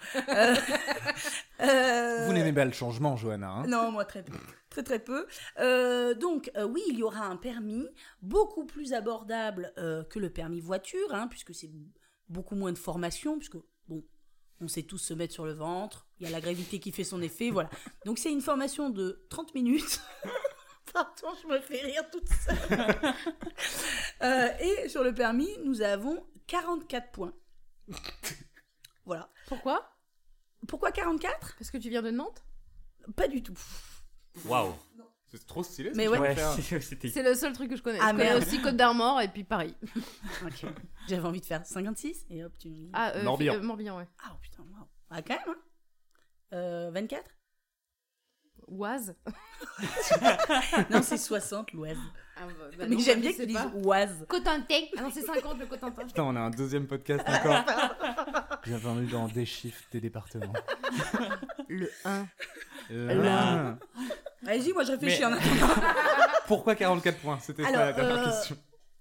Vous n'aimez pas le changement, Johanna, hein? Non, moi très peu. Très très peu. Donc oui, il y aura un permis beaucoup plus abordable que le permis voiture, hein, puisque c'est beaucoup moins de formation, puisque bon, on sait tous se mettre sur le ventre, il y a la gravité qui fait son effet, voilà. Donc c'est une formation de 30 minutes. Pardon, je me fais rire toute seule. Et sur le permis, nous avons 44 points. Voilà. Pourquoi? Pourquoi 44? Parce que tu viens de Nantes? Pas du tout. Waouh. C'est trop stylé. Mais ce ouais. que tu Ouais, vas faire. c'était... C'est le seul truc que je connais. Ah, je connais merde. aussi Côte d'Armor et puis Paris. Ok. J'avais envie de faire 56 et hop, tu me dis. Ah, Morbihan. Morbihan, ouais. Ah, oh, putain, waouh. Ah, quand même, hein. 24? Oise. Non, c'est 60 l'Oise. Ah, Mais j'aime bien que tu dises Oise. Cotentin. Ah non, c'est 50 le Cotentin. Putain, on a un deuxième podcast encore. Bienvenue dans Des chiffres des départements. Le 1. Là. Vas-y, moi je réfléchis Mais- en attendant. Pourquoi 44 points? C'était ça Alors, la dernière question.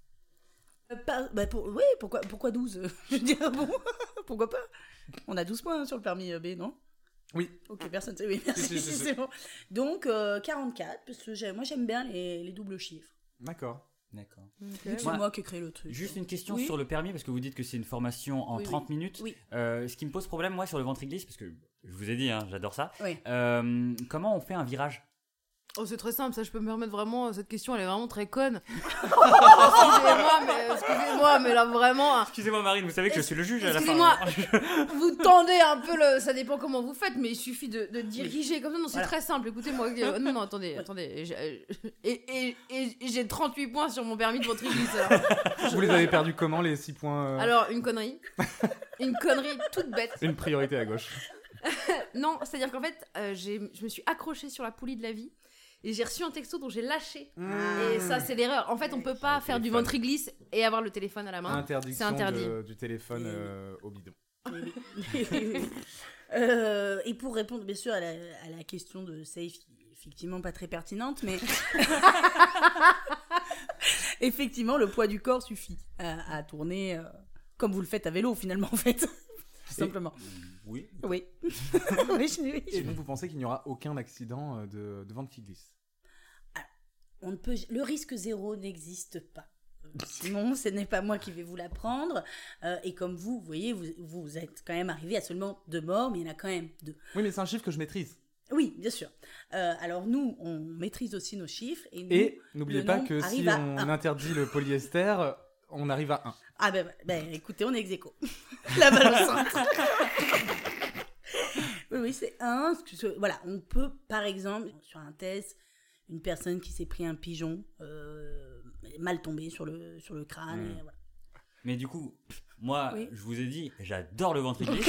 Oui, pourquoi 12? Je veux dire, bon, pourquoi pas? On a 12 points hein, sur le permis B, non? Oui. Ok, personne sait. Oui, merci, Si. c'est bon. Donc, 44, parce que moi j'aime bien les doubles chiffres. D'accord. D'accord. Vu que c'est Moi, moi qui ai créé le truc. Juste une question Oui. sur le permis, parce que vous dites que c'est une formation en Oui, 30 minutes. Oui. Ce qui me pose problème, moi, sur le ventriglisse, parce que je vous ai dit, hein, j'adore ça. Oui. Comment on fait un virage? Oh, c'est très simple, ça je peux me permettre vraiment. Cette question elle est vraiment très conne. Excusez-moi, mais là vraiment. Excusez-moi, Marine, vous savez que je suis le juge à la fin. Excusez-moi, vous tendez un peu le. Ça dépend comment vous faites, mais il suffit de diriger comme ça. Non, c'est Voilà. très simple. Écoutez-moi. Non, attendez. Et j'ai 38 points sur mon permis de ventriglisse. Vous les avez perdus comment, les 6 points Alors, une connerie. Une connerie toute bête. Une priorité à gauche. Non, c'est-à-dire qu'en fait, je me suis accrochée sur la poulie de la vie. Et j'ai reçu un texto dont j'ai lâché. Et ça, c'est l'erreur. En fait, on peut pas faire du téléphone. ventriglisse et avoir le téléphone à la main. Interdiction C'est interdit. du téléphone au bidon. Et pour répondre bien sûr à la question de Safe, effectivement pas très pertinente, mais effectivement le poids du corps suffit à tourner comme vous le faites à vélo finalement en fait, tout simplement. Oui. Oui. Oui. Et donc, vous pensez qu'il n'y aura aucun accident de ventriglisse? On ne peut, le risque zéro n'existe pas. Simon, ce n'est pas moi qui vais vous l'apprendre. Et comme vous voyez, vous êtes quand même arrivé à seulement 2 morts, mais il y en a quand même 2. Oui, mais c'est un chiffre que je maîtrise. Oui, bien sûr. Alors nous, on maîtrise aussi nos chiffres. Et, nous, Et n'oubliez le pas nombre que si arrive à on 1. interdit le polyester, on arrive à 1. Ah ben écoutez, on est ex-aequo. La balle au centre. Oui, c'est 1. Voilà, on peut, par exemple, sur un test, une personne qui s'est pris un pigeon mal tombé sur le crâne. Et voilà. Mais du coup, moi, Oui. je vous ai dit, j'adore le ventriglisse.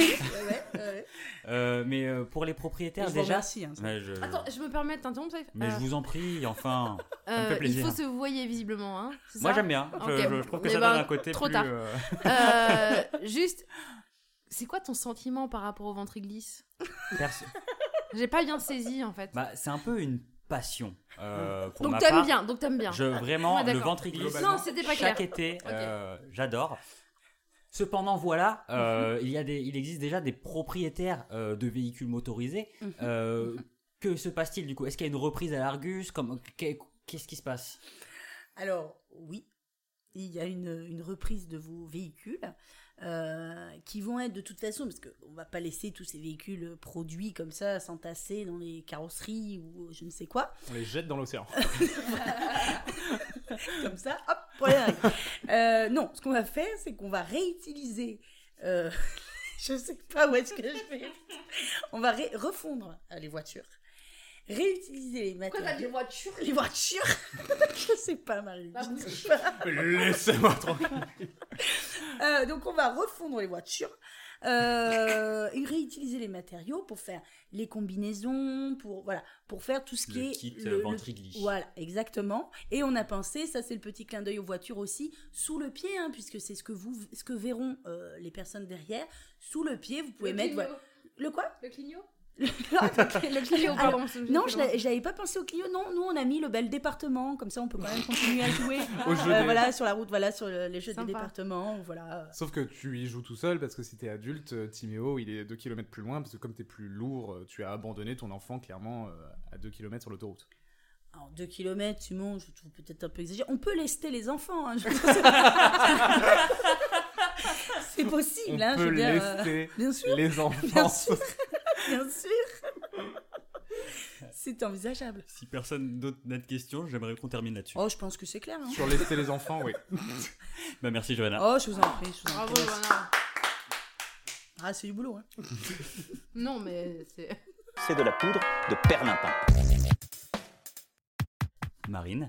Mais pour les propriétaires, Et je vous déjà. remercie. Hein, ça. Ouais, je... Attends, je me permets de t'interrompre, Safe. Mais je vous en prie, enfin. ça me fait Il plaisir. faut se voyer visiblement, hein. C'est Moi, ça j'aime bien. Ok. Je trouve que Eh ça ben, donne un côté trop plus. tard. Juste, c'est quoi ton sentiment par rapport au ventriglisse? Perso- J'ai pas bien saisi en fait. Bah, c'est un peu une passion. Pour Donc ma t'aimes part. bien, donc t'aimes bien. Vraiment, Ouais, le d'accord. ventriglisse. Non, c'était pas clair. Chaque été, Ok. j'adore. Cependant, voilà, il existe déjà des propriétaires de véhicules motorisés. Que se passe-t-il du coup? Est-ce qu'il y a une reprise à l'Argus? Qu'est-ce qui se passe? Alors, oui, il y a une reprise de vos véhicules. qui vont être de toute façon, parce qu'on va pas laisser tous ces véhicules produits comme ça s'entasser dans les carrosseries ou je ne sais quoi. On les jette dans l'océan. Comme ça, hop, pour les narines. Non, ce qu'on va faire, c'est qu'on va réutiliser. Je sais pas où est-ce que je vais. On va refondre les voitures. Réutiliser les matériaux. Pourquoi t'as dit voiture? Les voitures. Je sais pas, Marie. Je ne sais pas. Laissez-moi tranquille. Donc on va refondre les voitures. Et réutiliser les matériaux pour faire les combinaisons, pour faire tout ce qui Le est kit ventrigli. Voilà, exactement. Et on a pensé, ça c'est le petit clin d'œil aux voitures aussi, sous le pied, hein, puisque c'est ce que verront les personnes derrière. Sous le pied, vous pouvez mettre le quoi? Le Clio? Le Clio, Alors, pardon. non, j'avais pas pensé au Clio. Non, nous on a mis le bel département, comme ça on peut quand même continuer à jouer. Au jeu des- Voilà, sur la route, voilà, sur les jeux Sympa. des départements, voilà. Sauf que tu y joues tout seul parce que si t'es adulte, Timéo il est 2 km plus loin parce que comme t'es plus lourd, tu as abandonné ton enfant clairement à 2 km sur l'autoroute. Alors 2 km, Simon, je trouve peut-être un peu exagéré. On peut lester les enfants. Hein, c'est possible, hein, On je peut veux dire. laisser Bien sûr, les enfants. bien sûr, bien sûr. C'est envisageable. Si personne d'autre n'a de questions, j'aimerais qu'on termine là-dessus. Oh, je pense que c'est clair. Hein. Sur laisser les enfants, oui. Bah merci Johanna. Oh, je vous en prie. Bravo, Merci. Johanna. Ah, c'est du boulot. Hein. Non, mais c'est. C'est de la poudre de perlimpin. Marine,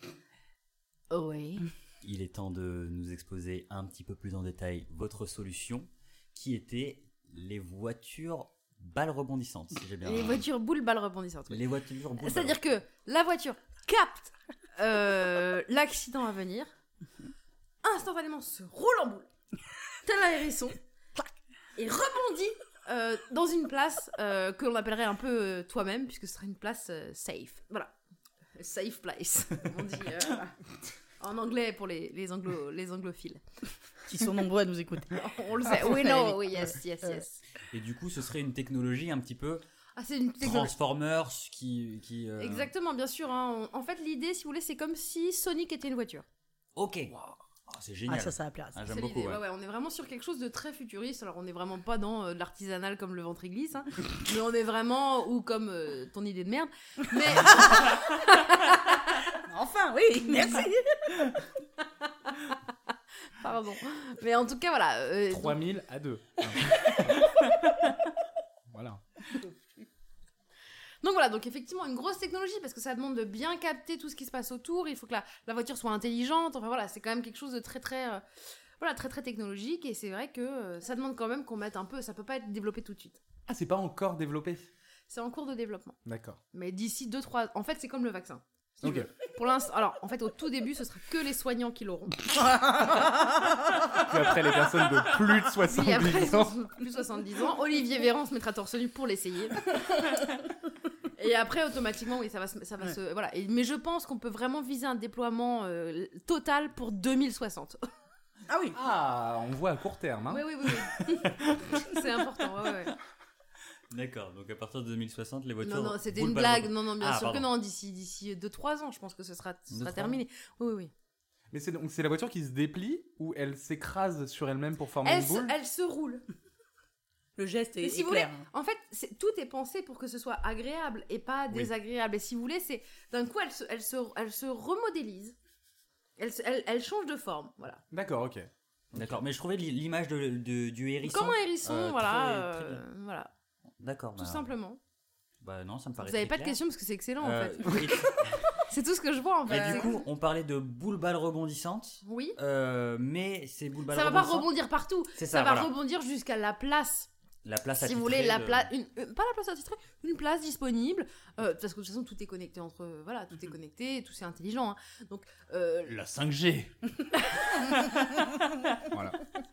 Oui. il est temps de nous exposer un petit peu plus en détail votre solution, qui était les voitures balles rebondissantes, si j'ai bien Les voitures boules balles rebondissantes. oui. Les voitures boules C'est-à-dire que la voiture capte l'accident à venir, instantanément se roule en boule, tel un hérisson, et rebondit dans une place que l'on appellerait un peu toi-même, puisque ce serait une place safe. Voilà. Safe place, on dit en anglais pour les anglophiles. Qui sont nombreux à nous écouter. On le sait. We know, oui, yes. Et du coup, ce serait une technologie un petit peu Ah, c'est une technologie. Transformers qui Exactement, bien sûr. Hein. En fait, l'idée, si vous voulez, c'est comme si Sonic était une voiture. Ok. Oh, c'est génial. Ah, ça va plaire. Ah, C'est j'aime beaucoup. l'idée. Ouais. Ouais, on est vraiment sur quelque chose de très futuriste. Alors, on n'est vraiment pas dans de l'artisanal comme le ventre glisse, hein. Mais on est vraiment, ou comme ton idée de merde. Mais Enfin, oui, merci. pardon. Mais en tout cas, voilà. 3000 à 2. Voilà. Donc voilà, donc effectivement une grosse technologie parce que ça demande de bien capter tout ce qui se passe autour. Il faut que la voiture soit intelligente. Enfin voilà, c'est quand même quelque chose de très très très technologique et c'est vrai que ça demande quand même qu'on mette un peu. Ça peut pas être développé tout de suite. Ah, c'est pas encore développé. C'est en cours de développement. D'accord. Mais d'ici 2-3... En fait, c'est comme le vaccin. Ok. Pour l'instant... Alors, en fait, au tout début, ce sera que les soignants qui l'auront. Puis après, les personnes de plus de 70 Puis après, ans. plus de 70 ans, Olivier Véran se mettra torse nu pour l'essayer. Et après, automatiquement, oui, ça va se... Voilà. Mais je pense qu'on peut vraiment viser un déploiement total pour 2060. Ah oui. Ah, on voit à court terme. Hein. Oui. C'est important, ouais. D'accord. Donc à partir de 2060, les voitures. Non, c'était boules une balles blague. rebond- Non, bien Ah, sûr que pardon. non. D'ici 2-3 ans, je pense que ce sera 2-3 terminé. Oui. Mais c'est la voiture qui se déplie ou elle s'écrase sur elle-même pour former une boule Elle se roule. Le geste Mais est, si est vous clair. En fait, tout est pensé pour que ce soit agréable et pas désagréable. Et si vous voulez, c'est d'un coup, elle se remodélise. Elle change de forme, voilà. D'accord, ok. D'accord. Mais je trouvais l'image du hérisson. Comme un hérisson, très bien. voilà, D'accord. tout simplement. Bah non, ça me paraît. Vous avez très pas de clair. questions parce que c'est excellent en fait. Oui. C'est tout ce que je vois en fait. Et du coup, on parlait de boules balles rebondissantes. Oui. Mais ces boules balles Ça va pas rebondissantes. rebondir partout. C'est Ça ça, va voilà. rebondir jusqu'à la place. La place Si vous voulez, la place, pas la place attitrée, une place disponible, parce que de toute façon tout est connecté entre, voilà, tout est connecté, tout c'est intelligent, hein. Donc La 5G. Voilà.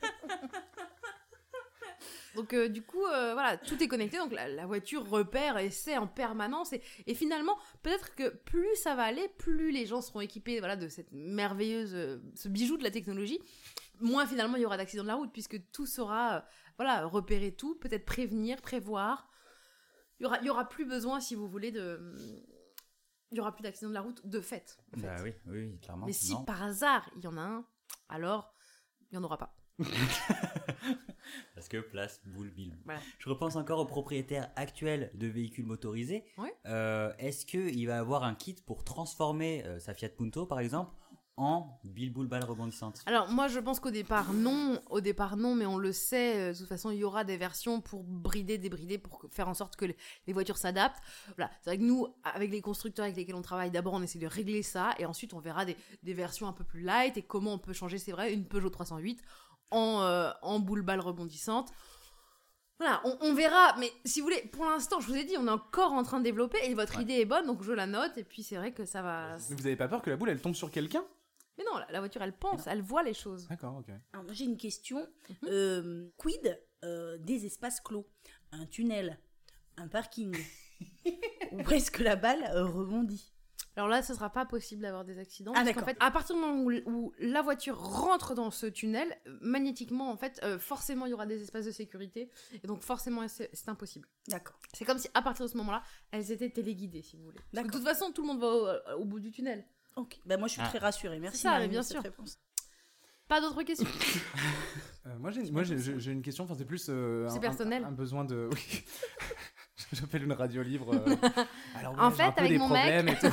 Donc du coup, voilà, tout est connecté, donc la voiture repère et sait en permanence, et finalement, peut-être que plus ça va aller, plus les gens seront équipés, voilà, de cette merveilleuse, ce bijou de la technologie, moins finalement il y aura d'accidents de la route, puisque tout sera, voilà, repérer tout, peut-être prévenir, prévoir. Il y aura plus besoin, si vous voulez, il y aura plus d'accidents de la route de fait. En fait. Bah oui, clairement. Mais si Non. par hasard il y en a un, alors il n'y en aura pas. Parce que place, boule, bille. Voilà. Je repense encore aux propriétaires actuels de véhicules motorisés. Ouais. Est-ce qu'il va avoir un kit pour transformer sa Fiat Punto, par exemple, en bille, boule, balle rebondissante? Alors moi je pense qu'au départ non, mais on le sait, de toute façon il y aura des versions pour brider, débrider, pour faire en sorte que les voitures s'adaptent. Voilà, c'est vrai que nous, avec les constructeurs avec lesquels on travaille, d'abord on essaie de régler ça, et ensuite on verra des versions un peu plus light, et comment on peut changer, c'est vrai, une Peugeot 308 en boule balle rebondissante. Voilà, on verra, mais si vous voulez, pour l'instant, je vous ai dit, on est encore en train de développer, et votre idée est bonne, donc je la note, et puis c'est vrai que ça va... Vous avez pas peur que la boule elle tombe sur quelqu'un? Mais non, la voiture, elle pense, elle voit les choses. D'accord, ok. Alors, moi, j'ai une question. Quid des espaces clos? Un tunnel, un parking, où est-ce que la balle rebondit? Alors là, ce sera pas possible d'avoir des accidents. Ah, parce d'accord. qu'en fait, à partir du moment où la voiture rentre dans ce tunnel, magnétiquement, en fait, forcément, il y aura des espaces de sécurité. Et donc, forcément, c'est impossible. D'accord. C'est comme si, à partir de ce moment-là, elles étaient téléguidées, si vous voulez. Parce que D'accord. de toute façon, tout le monde va au bout du tunnel. Ok. Bah, moi, je suis très rassurée. Merci, C'est ça, Marine, mais bien de cette sûr. réponse. Pas d'autres questions? Moi, j'ai une question, enfin, c'est plus C'est personnel. un besoin de... Oui. J'appelle une radio libre. Alors, En j'ai un fait, peu avec des mon problèmes et tout.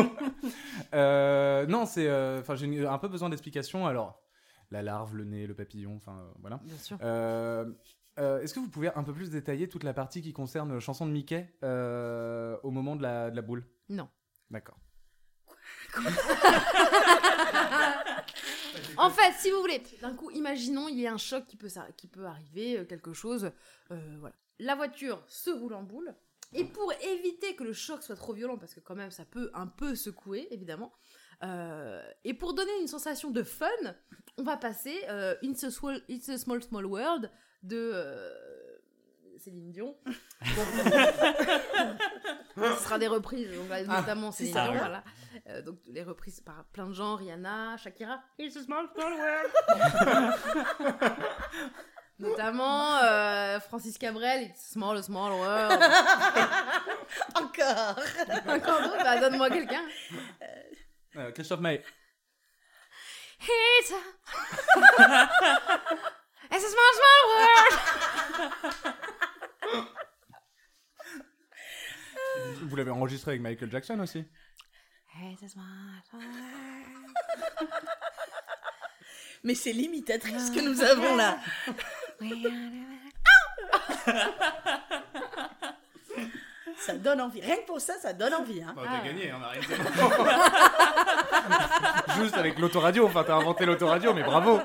Non, c'est... Enfin, j'ai un peu besoin d'explications. Alors, la larve, le nez, le papillon, enfin, voilà. Bien sûr. Est-ce que vous pouvez un peu plus détailler toute la partie qui concerne chanson de Mickey au moment de la boule? Non. D'accord. En fait, si vous voulez, d'un coup, imaginons il y a un choc qui peut arriver, quelque chose, voilà. La voiture se roule en boule, et pour éviter que le choc soit trop violent, parce que quand même ça peut un peu secouer, évidemment, et pour donner une sensation de fun, on va passer It's a Small Small World de Céline Dion. Ce sera des reprises, donc, notamment Céline Dion, voilà. Donc les reprises par plein de gens, Rihanna, Shakira, It's a Small Small World. Notamment Francis Cabrel, It's a Small Small World. Encore. Encore d'autres? Bah donne-moi quelqu'un. Christophe Maé. It's a Small Small World. Vous l'avez enregistré avec Michael Jackson aussi? It's a small small world. Mais c'est l'imitatrice que nous avons là. Ça donne envie. Rien que pour ça, ça donne envie. Hein. T'as gagné, on a rien fait. Juste avec l'autoradio, enfin t'as inventé l'autoradio, mais bravo.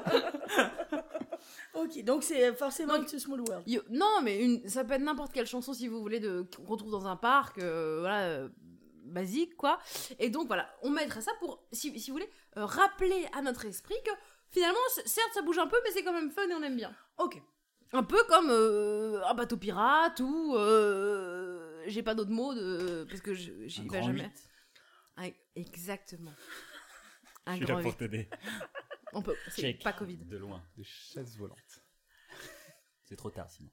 Ok, donc c'est forcément It's a Small World. Non, mais ça peut être n'importe quelle chanson si vous voulez qu'on retrouve dans un parc, voilà, basique quoi. Et donc voilà, on mettra ça pour, si vous voulez, rappeler à notre esprit que finalement, certes ça bouge un peu, mais c'est quand même fun et on aime bien. Ok. Un peu comme un bateau pirate ou j'ai pas d'autres mots parce que j'y vais jamais. Ah, exactement. Je suis là pour t'aider. On peut, c'est Check. pas Covid. De loin. Des chaises volantes. C'est trop tard sinon.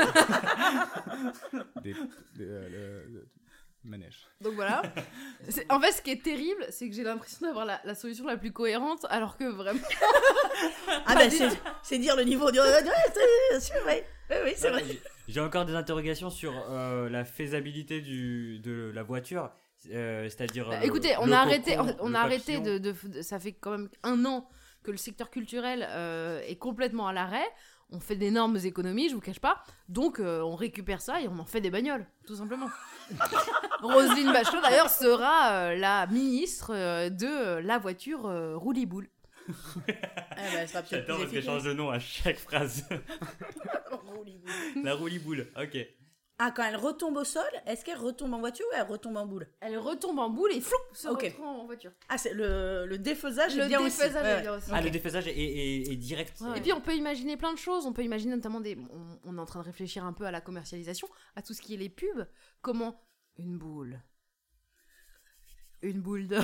Des manèges. Donc voilà. En fait, ce qui est terrible, c'est que j'ai l'impression d'avoir la solution la plus cohérente, alors que vraiment. Ah bah c'est dire le niveau du... c'est vrai. Oui, c'est vrai. J'ai encore des interrogations sur la faisabilité de la voiture. C'est-à-dire. Écoutez, on le a cocon, arrêté le papillon. de. Ça fait quand même 1 an que le secteur culturel est complètement à l'arrêt. On fait d'énormes économies, je vous cache pas. Donc, on récupère ça et on en fait des bagnoles, tout simplement. Roselyne Bachelot, d'ailleurs, sera la ministre de la voiture rouliboule. Ah bah, elle sera peut-être J'adore plus parce qu'elle change de nom à chaque phrase. efficace. La rouliboule, ok. Ah, quand elle retombe au sol, est-ce qu'elle retombe en voiture ou elle retombe en boule? Elle retombe en boule et floup, se Ok. reprend en voiture. Ah, c'est le défaisage Le est bien aussi. défaisage est Ouais. bien aussi. Ah, le défaisage est direct. Et puis on peut imaginer plein de choses, on peut imaginer notamment on est en train de réfléchir un peu à la commercialisation, à tout ce qui est les pubs, comment une boule d'homme.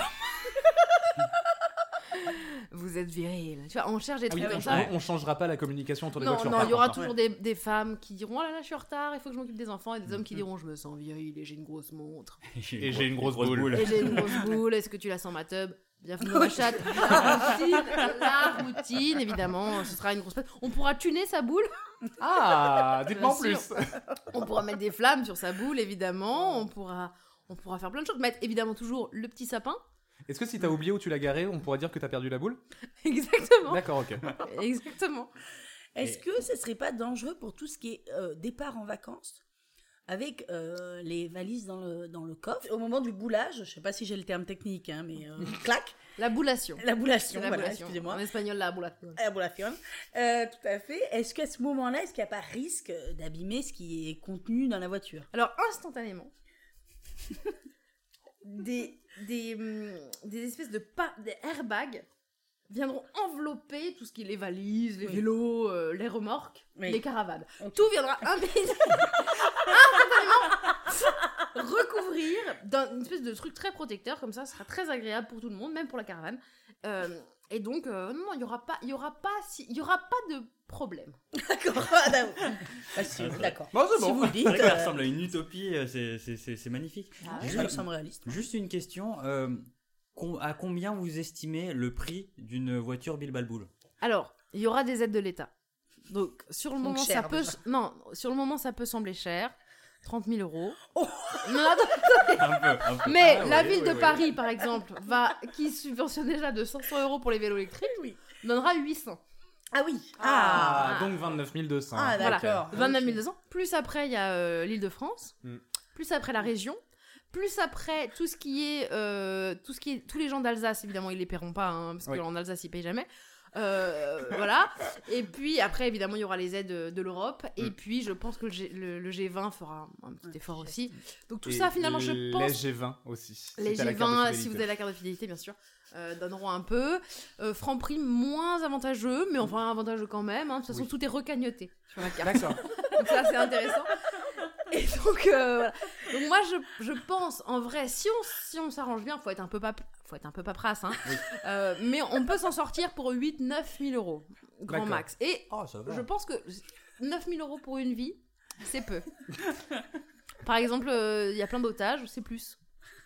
Vous êtes viril. Tu vois, on cherche des Ah oui, trucs comme ça. on changera pas la communication entre les Non, voitures. non, par il y aura contre, hein. toujours des femmes qui diront oh là là, je suis en retard, il faut que je m'occupe des enfants, et des hommes qui diront je me sens viril et j'ai une grosse montre. Et j'ai une grosse boule. Et j'ai une grosse boule, est-ce que tu la sens ma tub? Bienvenue dans ma chatte. La routine, évidemment, ce sera une grosse fête. On pourra tuner sa boule. Ah, dites-moi en Bien plus. On pourra mettre des flammes sur sa boule, évidemment. On pourra faire plein de choses. Mettre évidemment toujours le petit sapin. Est-ce que si t'as oublié où tu l'as garé, on pourrait dire que t'as perdu la boule? Exactement. D'accord, ok. Exactement. Est-ce que ce serait pas dangereux pour tout ce qui est départ en vacances avec les valises dans le coffre au moment du boulage? Je sais pas si j'ai le terme technique, hein, mais clac. La boulation. La boulation, La voilà, boulation. excusez-moi. En espagnol, la boulation. La boulation. Tout à fait. Est-ce qu'à ce moment-là, est-ce qu'il n'y a pas risque d'abîmer ce qui est contenu dans la voiture? Alors, instantanément, des espèces de des airbags viendront envelopper tout ce qui est les valises, les vélos, les remorques, les caravanes. Okay. Tout viendra instantanément recouvrir d'une espèce de truc très protecteur, comme ça, ce sera très agréable pour tout le monde, même pour la caravane. Et donc, non, il y aura pas de problème. D'accord. D'accord. Bon, c'est si bon. vous le dites, C'est vrai que ça ressemble à une utopie, c'est magnifique. ça me semble réaliste. Juste une question, à combien vous estimez le prix d'une voiture Bilbalboul? Alors, il y aura des aides de l'État. Donc, sur le moment, cher, sur le moment, ça peut sembler cher. 30 000 euros. Oh Non, attends. Un peu. Mais la ville de Paris, par exemple, qui subventionne déjà de 500 euros pour les vélos électriques, donnera 800. Ah oui. Donc 29 200. Ah, d'accord. Voilà. 29 200. Plus après, il y a l'Île-de-France. Plus après, la région. Plus après, tous les gens d'Alsace, évidemment, ils les paieront pas, hein, parce qu'en Alsace, ils payent jamais. Voilà. Et puis après, évidemment, il y aura les aides de l'Europe. Et puis, je pense que le G20 fera un petit effort aussi. Donc tout ça, finalement, je pense... Les G20 aussi. Les G20, si vous avez la carte de fidélité, bien sûr, donneront un peu. Franprix, moins avantageux, mais enfin avantageux quand même. Hein. De toute façon, tout est recagnoté sur la carte. D'accord. Donc ça, c'est intéressant. Et donc, voilà. Donc moi, je pense, en vrai, si on s'arrange bien, faut être un peu paperasse, hein. Mais on peut s'en sortir pour 8-9 000 euros, grand D'accord. max. Et ça va. je pense que 9 000 euros pour une vie, c'est peu. Par exemple, il y a plein d'otages, c'est plus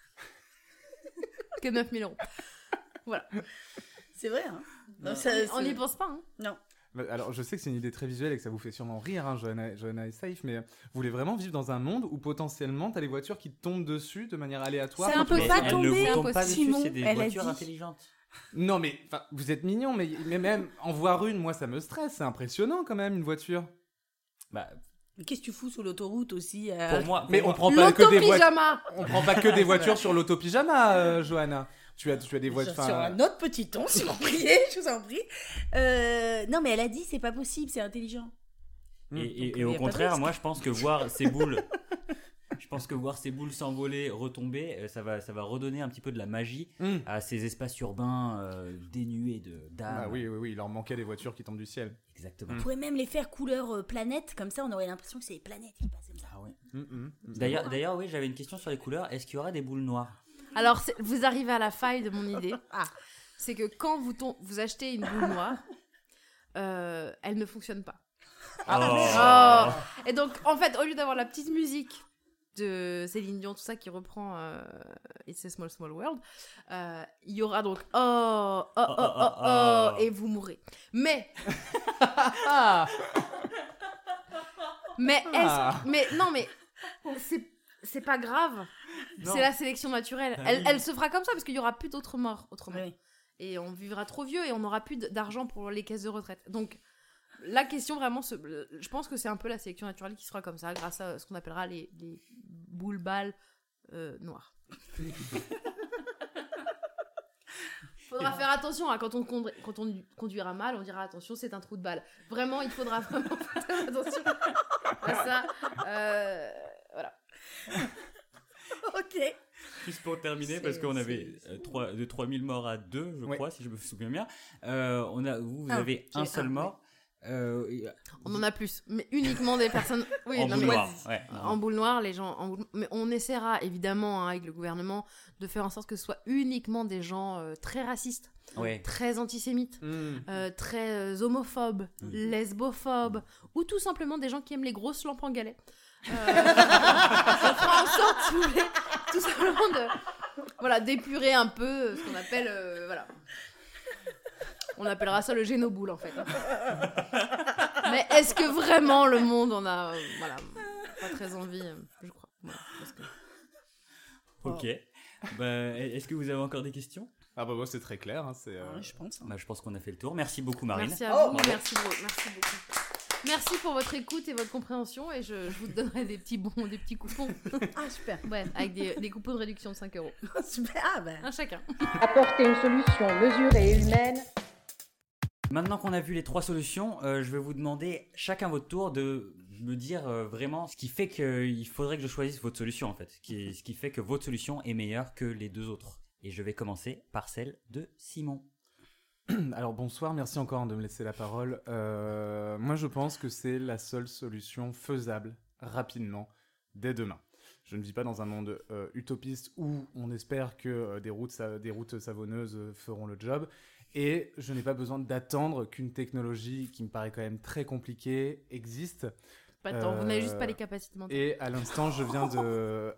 que 9 000 euros. Voilà. C'est vrai, hein. Non, on n'y pense pas, hein. Non. Alors, je sais que c'est une idée très visuelle et que ça vous fait sûrement rire, hein, Johanna et Saïf, mais vous voulez vraiment vivre dans un monde où potentiellement t'as les voitures qui tombent dessus de manière aléatoire? C'est un peu Mais pas elles tomber, ne vous tombent pas dessus, Simon, c'est des elle a voitures dit. intelligentes. Non, mais vous êtes mignons, mais même en voir une, moi ça me stresse, c'est impressionnant quand même, une voiture. Bah, Mais qu'est-ce que tu fous sur l'autoroute aussi pour moi, Mais on prend pas que des voitures. L'auto-pyjama. On prend pas que des voitures sur l'autopyjama, Johanna. Tu as des voitures. Sur un autre petit ton, si vous priez, je vous en prie. Non, mais elle a dit, c'est pas possible, c'est intelligent. Et y au a pas de contraire, risque. moi je pense que voir ces boules, s'envoler, retomber, ça va redonner un petit peu de la magie à ces espaces urbains dénués d'âme. Ah oui, il leur manquait des voitures qui tombent du ciel. Exactement. On pourrait même les faire couleur planète, comme ça on aurait l'impression que c'est les planètes qui passent comme ça. Ah ouais. D'ailleurs, oui, j'avais une question sur les couleurs. Est-ce qu'il y aura des boules noires? Alors, vous arrivez à la faille de mon idée. C'est que quand vous achetez une boule noire, elle ne fonctionne pas. Et donc, en fait, au lieu d'avoir la petite musique de Céline Dion, tout ça qui reprend It's a Small Small World, il y aura donc et vous mourrez. Mais c'est pas grave. Non. C'est la sélection naturelle. Elle se fera comme ça parce qu'il y aura plus d'autres morts autrement. Oui. Et on vivra trop vieux et on n'aura plus d'argent pour les caisses de retraite. Donc la question vraiment, je pense que c'est un peu la sélection naturelle qui sera comme ça grâce à ce qu'on appellera les boules-balles noires. Faudra faire attention, hein, quand on conduira mal, on dira attention, c'est un trou de balle. Vraiment, il faudra vraiment faire attention à ça. Voilà. Ok. Juste pour terminer, parce qu'on avait 3000 morts à 2, je crois, si je me souviens bien. Vous avez un seul mort. On en a plus, mais uniquement des personnes. Oui, en boule noire. Ouais. En boule noire, les gens. Mais on essaiera évidemment avec le gouvernement de faire en sorte que ce soit uniquement des gens très racistes, très antisémites, très homophobes, lesbophobes, ou tout simplement des gens qui aiment les grosses lampes en galets. On fera en sorte, si vous voulez, tout simplement voilà, d'épurer un peu ce qu'on appelle, voilà. On appellera ça le génoboule en fait. Mais est-ce que vraiment le monde en a, voilà, pas très envie, je crois. Voilà, parce que... Ok. Bah, est-ce que vous avez encore des questions? Ah bah moi c'est très clair, hein, c'est... Ouais, je pense. Bah, je pense qu'on a fait le tour. Merci beaucoup, Marine. Merci à vous, merci beaucoup. Merci pour votre écoute et votre compréhension et je vous donnerai des petits coupons. Ah, super. Ouais, avec des coupons de réduction de 5 €. Super. Ah, ben. Un chacun. Apporter une solution mesurée et humaine. Maintenant qu'on a vu les 3 solutions, je vais vous demander chacun votre tour de me dire vraiment ce qui fait qu'il faudrait que je choisisse votre solution en fait. Ce qui fait que votre solution est meilleure que les 2 autres. Et je vais commencer par celle de Simon. Alors bonsoir, merci encore de me laisser la parole. Moi je pense que c'est la seule solution faisable rapidement dès demain. Je ne vis pas dans un monde utopiste où on espère que des routes savonneuses feront le job. Et je n'ai pas besoin d'attendre qu'une technologie qui me paraît quand même très compliquée existe. Pas tant, vous n'avez juste pas les capacités mentales. Et à l'instant, je viens de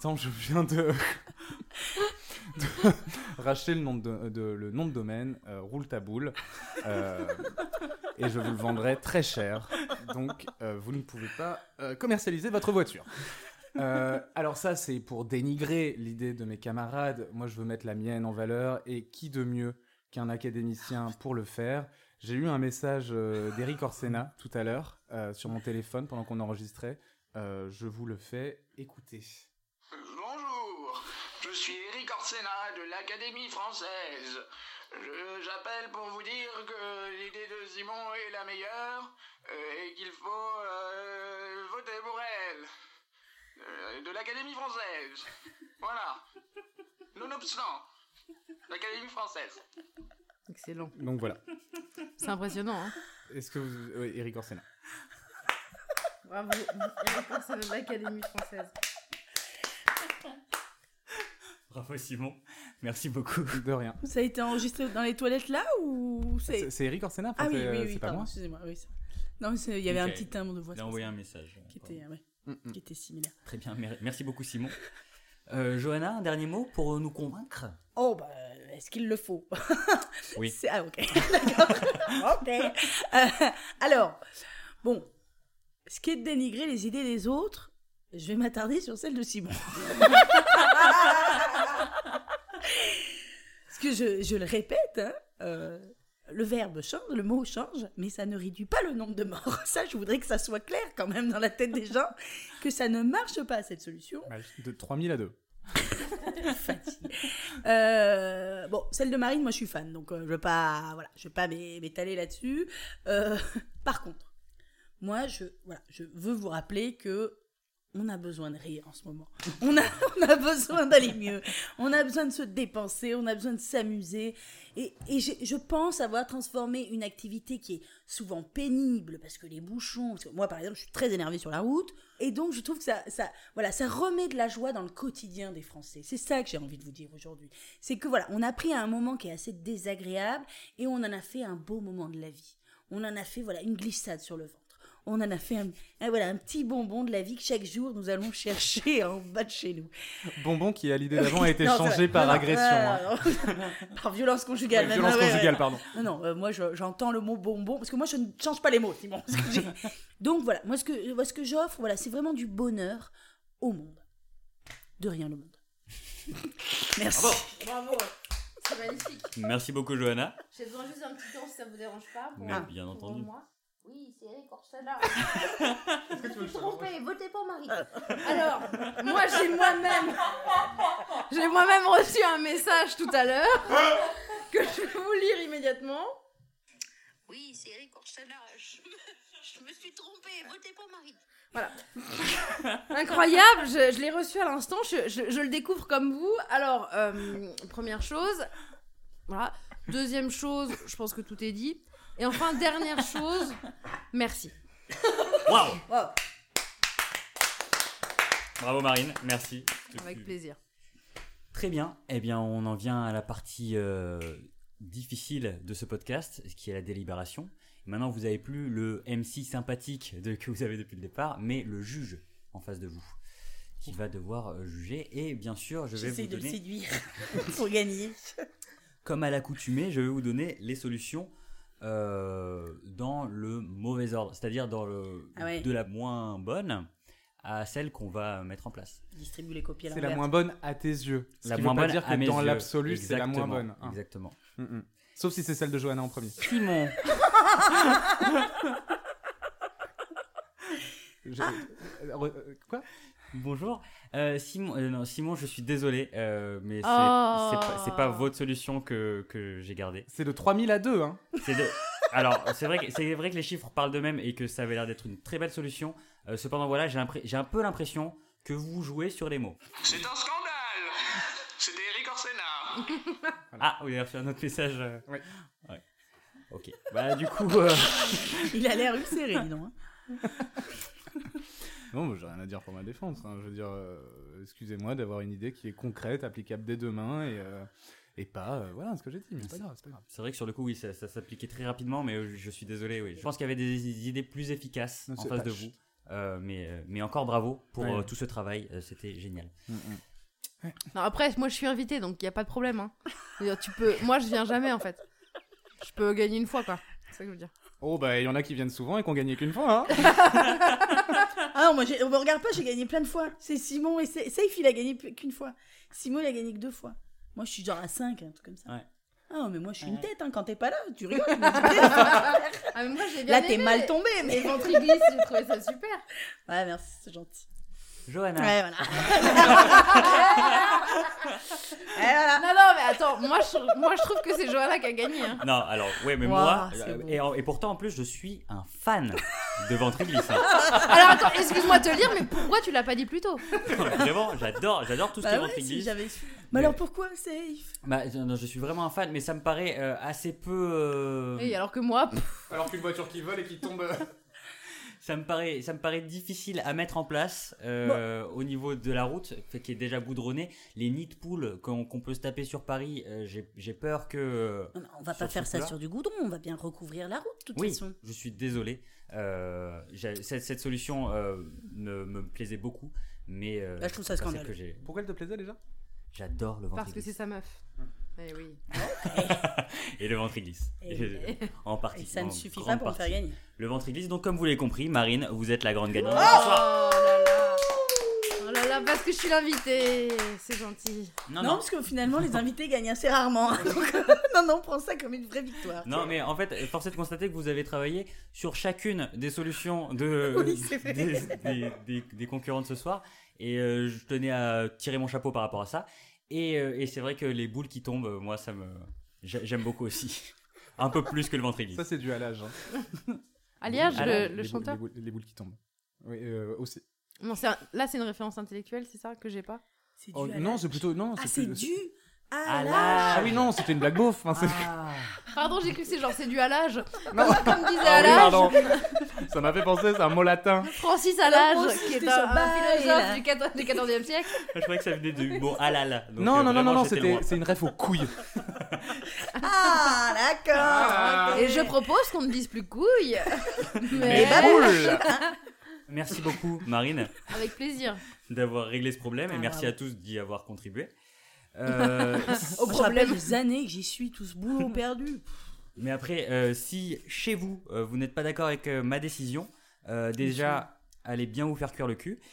racheter le nom de domaine, roule ta boule, et je vous le vendrai très cher. Donc, vous ne pouvez pas commercialiser votre voiture. Alors ça, c'est pour dénigrer l'idée de mes camarades. Moi, je veux mettre la mienne en valeur, et qui de mieux qu'un académicien pour le faire. J'ai eu un message d'Eric Orsena tout à l'heure sur mon téléphone pendant qu'on enregistrait. Je vous le fais écouter. Bonjour, je suis Eric Orsena de l'Académie française. J'appelle pour vous dire que l'idée de Simon est la meilleure et qu'il faut voter pour elle. De l'Académie française. Voilà. Nonobstant. L'Académie française. Excellent. Donc voilà. C'est impressionnant, hein. Est-ce que vous... Oui, Eric Orsena. Bravo, Eric Orsena de l'Académie française. Bravo Simon, merci beaucoup. De rien. Ça a été enregistré dans les toilettes là ou C'est Eric Orsena, enfin, Ah oui, c'est pas pardon, moi. excusez-moi. Oui, non, il y avait un petit timbre de voix. Il a envoyé un message. Qui était similaire. Très bien, merci beaucoup Simon. Johanna, un dernier mot pour nous convaincre? Oh, bah, est-ce qu'il le faut? Oui. Ah, ok. D'accord. Ok. Alors, bon, ce qui est de dénigrer les idées des autres, je vais m'attarder sur celle de Simon. Parce que je le répète, hein, le verbe change, le mot change, mais ça ne réduit pas le nombre de morts. Ça, je voudrais que ça soit clair quand même dans la tête des gens, que ça ne marche pas, cette solution. De 3000 à 2. Bon, celle de Marine, moi je suis fan, donc je veux pas m'étaler là-dessus. Par contre, moi je veux vous rappeler que on a besoin de rire en ce moment. On a besoin d'aller mieux. On a besoin de se dépenser. On a besoin de s'amuser. Et je pense avoir transformé une activité qui est souvent pénible parce que les bouchons. Parce que moi, par exemple, je suis très énervée sur la route. Et donc, je trouve que ça remet de la joie dans le quotidien des Français. C'est ça que j'ai envie de vous dire aujourd'hui. C'est que voilà, on a pris un moment qui est assez désagréable et on en a fait un beau moment de la vie. On en a fait une glissade sur le ventre. On en a fait un petit bonbon de la vie que chaque jour nous allons chercher en bas de chez nous. Bonbon qui, à l'idée d'avant, a été changé par agression. Par violence conjugale. Ouais, violence conjugale, pardon. Non, moi j'entends le mot bonbon, parce que moi je ne change pas les mots, Simon. Donc voilà, moi ce que j'offre, c'est vraiment du bonheur au monde. De rien le monde. Merci. Bravo. C'est magnifique. Merci beaucoup Johanna. J'ai besoin juste d'un petit temps si ça vous dérange pas. Mais bien entendu. Moi. Oui, c'est Eric Orsena. Je me suis trompée, votez pour Marie. Alors, moi j'ai moi-même reçu un message tout à l'heure que je vais vous lire immédiatement. Oui, c'est Eric Orsena. Je me suis trompée, votez pour Marie. Voilà. Incroyable, je l'ai reçu à l'instant, je le découvre comme vous. Alors, première chose, voilà. Deuxième chose, je pense que tout est dit. Et enfin, dernière chose, merci. Waouh. Bravo Marine, merci. Avec plaisir. Très bien, eh bien on en vient à la partie difficile de ce podcast, qui est la délibération. Maintenant vous n'avez plus le MC sympathique que vous avez depuis le départ, mais le juge en face de vous. qui va devoir juger. Et bien sûr, je vais J'essaie vous de le donner, séduire pour gagner. comme à l'accoutumée, je vais vous donner les solutions dans le mauvais ordre, c'est-à-dire dans le Ah ouais. de la moins bonne à celle qu'on va mettre en place. Distribue les copies à C'est l'envers. la moins bonne à tes yeux. Ce La qui moins veut pas bonne dire à que mes dans yeux. l'absolu, c'est la moins Exactement, bonne. hein. Exactement. Sauf si c'est celle de Johanna en premier. Simon, Quoi? bonjour. Simon, je suis désolé, mais Oh. c'est pas votre solution que j'ai gardée. C'est de 3000 à 2, hein. Alors, c'est vrai que les chiffres parlent d'eux-mêmes et que ça avait l'air d'être une très belle solution. Cependant, voilà, j'ai un peu l'impression que vous jouez sur les mots. C'est un scandale. C'était Eric Orsena. Ah, oui, il a reçu un autre message. Oui. Ouais. Ok. Bah, du coup, Il a l'air ulcéré, dis donc. Non, mais j'ai rien à dire pour ma défense. hein. Je veux dire, excusez-moi d'avoir une idée qui est concrète, applicable dès demain et pas, voilà ce que j'ai dit, mais c'est pas grave, c'est pas grave. c'est vrai que sur le coup, oui, ça s'appliquait très rapidement, mais je suis désolé. Oui. Je pense qu'il y avait des idées plus efficaces Non, en c'est face pas de vous. Mais encore bravo pour Ouais. tout ce travail. C'était génial. Non, après, moi je suis invitée donc il n'y a pas de problème. Hein. Je veux dire, moi je viens jamais en fait. Je peux gagner une fois quoi. C'est ça que je veux dire. Oh, bah, il y en a qui viennent souvent et qui ont gagné qu'une fois, hein. Ah non, moi, on me regarde pas, j'ai gagné plein de fois. C'est Simon et Safe, il a gagné qu'une fois. Simon, il a gagné que 2 fois. Moi, je suis genre à 5, un truc comme ça. Ouais. Ah, mais moi, je suis une tête, hein. Quand t'es pas là, tu rigoles. Ah, mais moi j'ai bien Là, aimé. t'es mal tombé, mais. Les ventriglisse, j'ai trouvé ça super. Ouais, merci, c'est gentil. Johanna. Ouais, voilà. Ouais, voilà. Non, mais attends, moi je trouve que c'est Johanna qui a gagné. Hein. Non, alors, ouais, mais Wow, moi, c'est bon. et pourtant, en plus, je suis un fan de ventriglisse. hein. Alors attends, excuse-moi de te lire, mais pourquoi tu l'as pas dit plus tôt? Vraiment, j'adore tout ce qui Bah est ouais, ventriglisse. si j'avais su. Mais- Mais alors pourquoi, Safe? Bah, non, je suis vraiment un fan, mais ça me paraît assez peu. Oui, alors que moi, Alors qu'une voiture qui vole et qui tombe. Ça me paraît difficile à mettre en place au niveau de la route, qui est déjà goudronnée. Les nids de poules qu'on peut se taper sur Paris, j'ai peur que. Non, mais on va Sur pas faire ce ça coup-là. sur du goudron, on va bien recouvrir la route, de toute Oui, façon. je suis désolé. Cette solution me plaisait beaucoup, mais Bah, je trouve ça c'est scandaleux. que j'ai. Pourquoi elle te plaisait déjà? J'adore le parce que ventriglisse. c'est sa meuf. Eh oui. Et le ventriglisse. Et- En partie. Et ça ne en suffit pas grande pour me faire partie. gagner. Le ventriglisse, donc comme vous l'avez compris, Marine, vous êtes la grande gagnante. Oh là là. Oh là là, parce que je suis l'invitée. C'est gentil. Non, parce que finalement, les invités gagnent assez rarement. Donc, non, prends ça comme une vraie victoire. Non, mais en fait, force est de constater que vous avez travaillé sur chacune des solutions de, Oui, c'est vrai. des concurrents de ce soir. Et je tenais à tirer mon chapeau par rapport à ça. Et c'est vrai que les boules qui tombent, moi, j'aime beaucoup aussi. Un peu plus que le ventriglisse. Ça, c'est dû à l'âge. Hein. Aliage, Aliage, le chanteur. Les boules qui tombent. Oui, aussi. Non, là c'est une référence intellectuelle, c'est ça que j'ai pas. C'est Oh, dû à non, l'âge. c'est plutôt. Non, Ah, c'est plus- dû À à l'âge. l'âge. Ah oui, non, c'était une blague beauf. Enfin, c'est- Pardon, j'ai cru que c'est genre c'est dû à l'âge. Non. Comme disait Ah oui, Alage, pardon. Ça m'a fait penser, c'est un mot latin. Francis Moi Alage, aussi, qui est j'étais un sur bail, philosophe là. du 14e siècle. Je croyais que ça venait du mot halal. Donc, Non, vraiment, j'étais loin. c'est une ref aux couilles. Ah, d'accord. Et je propose qu'on ne dise plus couilles, mais boules. Merci beaucoup, Marine, avec plaisir. d'avoir réglé ce problème. Et Ah, merci bravo. à tous d'y avoir contribué. Au Je me rappelle problème. les années que j'y suis, tout ce boulot perdu. Mais après, si chez vous, vous n'êtes pas d'accord avec ma décision, déjà, allez bien vous faire cuire le cul.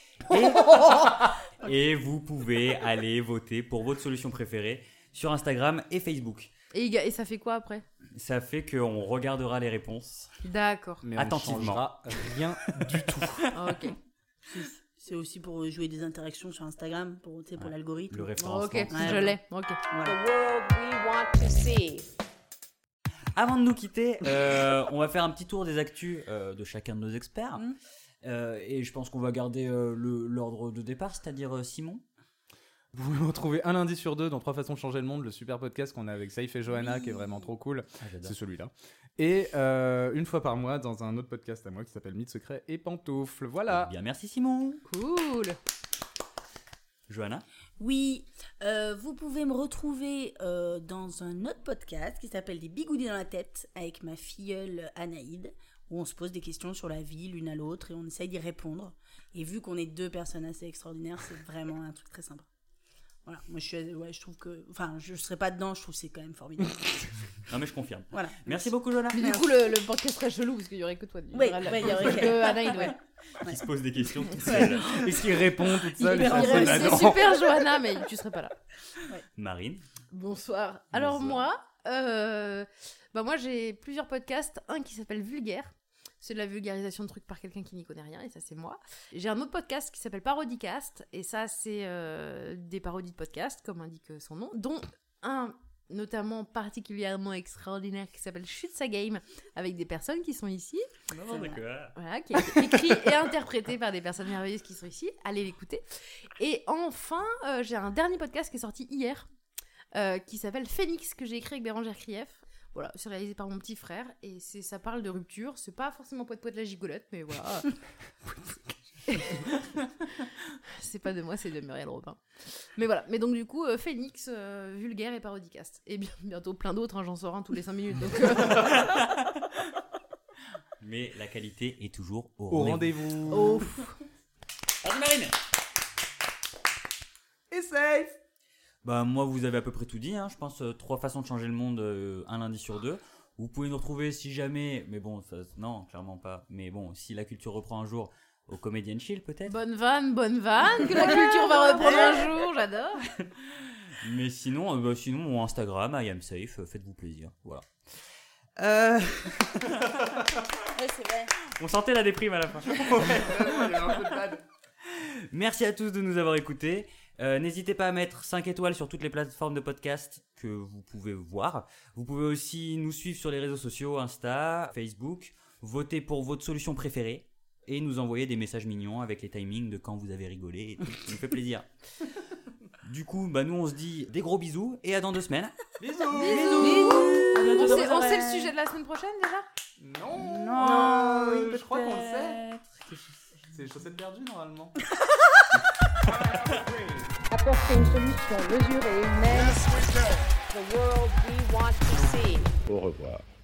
Et vous pouvez aller voter pour votre solution préférée sur Instagram et Facebook. Et ça fait quoi après? Ça fait qu'on regardera les réponses. D'accord. Mais Attentivement. on ne changera rien du tout. Ok. C'est aussi pour jouer des interactions sur Instagram, pour Ouais. l'algorithme. Le référencement. Ok, Ouais, je ouais. l'ai. Ok. Voilà. The world we want to see. Avant de nous quitter, on va faire un petit tour des actus de chacun de nos experts. Mm. Et je pense qu'on va garder l'ordre de départ, c'est-à-dire Simon. Vous pouvez me retrouver un lundi sur 2 dans 3 façons de changer le monde, le super podcast qu'on a avec Saïf et Johanna, Oui. qui est vraiment trop cool. j'adore. C'est celui-là. Et une fois par mois dans un autre podcast à moi qui s'appelle Mythes secrets et pantoufles. Voilà. Bien, merci Simon. Cool. Johanna. Oui, vous pouvez me retrouver dans un autre podcast qui s'appelle Des bigoudis dans la tête avec ma filleule Anaïde, où on se pose des questions sur la vie l'une à l'autre et on essaye d'y répondre. Et vu qu'on est 2 personnes assez extraordinaires, c'est vraiment un truc très sympa. Voilà, moi je trouve que... Enfin, je serais pas dedans, je trouve que c'est quand même formidable. Non mais je confirme. Voilà. Merci beaucoup Joanna. Mais du coup, le podcast serait chelou parce qu'il y aurait que toi. Oui, il y aurait que Anaïd, ouais. Qui se pose des questions toute seule. Et qui répond toute seule. C'est super Joanna, mais tu serais pas là. Ouais. Marine. Bonsoir. Alors moi j'ai plusieurs podcasts. Un qui s'appelle Vulgaire. C'est de la vulgarisation de trucs par quelqu'un qui n'y connaît rien, et ça c'est moi. J'ai un autre podcast qui s'appelle Parodicast, et ça c'est des parodies de podcasts, comme indique son nom, dont un notamment particulièrement extraordinaire qui s'appelle Chute sa game, avec des personnes qui sont ici. Non, d'accord. Voilà, qui est écrit et interprété par des personnes merveilleuses qui sont ici. Allez l'écouter. Et enfin, j'ai un dernier podcast qui est sorti hier, qui s'appelle Phoenix, que j'ai écrit avec Bérangère Krief. Voilà, c'est réalisé par mon petit frère et ça parle de rupture. C'est pas forcément poète la gigolotte, mais voilà. C'est pas de moi, c'est de Muriel Robin. Mais voilà, mais donc du coup, Phoenix, Vulgaire et Parodicast. Et bientôt plein d'autres, hein, j'en sors un tous les 5 minutes. Donc, Mais la qualité est toujours au rendez-vous. Oh. Allez Marine. Et safe. Bah moi vous avez à peu près tout dit, hein. Je pense 3 façons de changer le monde, un lundi sur 2. Vous pouvez nous retrouver si jamais, mais bon, non, clairement pas. Mais bon, si la culture reprend un jour, au Comedian Chill peut-être. Bonne vanne, que la culture va reprendre un jour, j'adore. Mais sinon, sinon mon Instagram, I am safe, faites-vous plaisir, voilà. Ouais, c'est vrai. On sentait la déprime à la fin. Il y a un peu de bad. Merci à tous de nous avoir écoutés. N'hésitez pas à mettre 5 étoiles sur toutes les plateformes de podcast que vous pouvez voir. Vous pouvez aussi nous suivre sur les réseaux sociaux, Insta, Facebook, voter pour votre solution préférée et nous envoyer des messages mignons avec les timings de quand vous avez rigolé et tout. Ça nous fait plaisir. Du coup, nous on se dit des gros bisous et à dans 2 semaines. Bisous. On sait le sujet de la semaine prochaine déjà ? Non, je crois qu'on le sait. C'est les chaussettes perdues normalement. Apporter une solution mesurée et humaine. The world we want to see. Au revoir.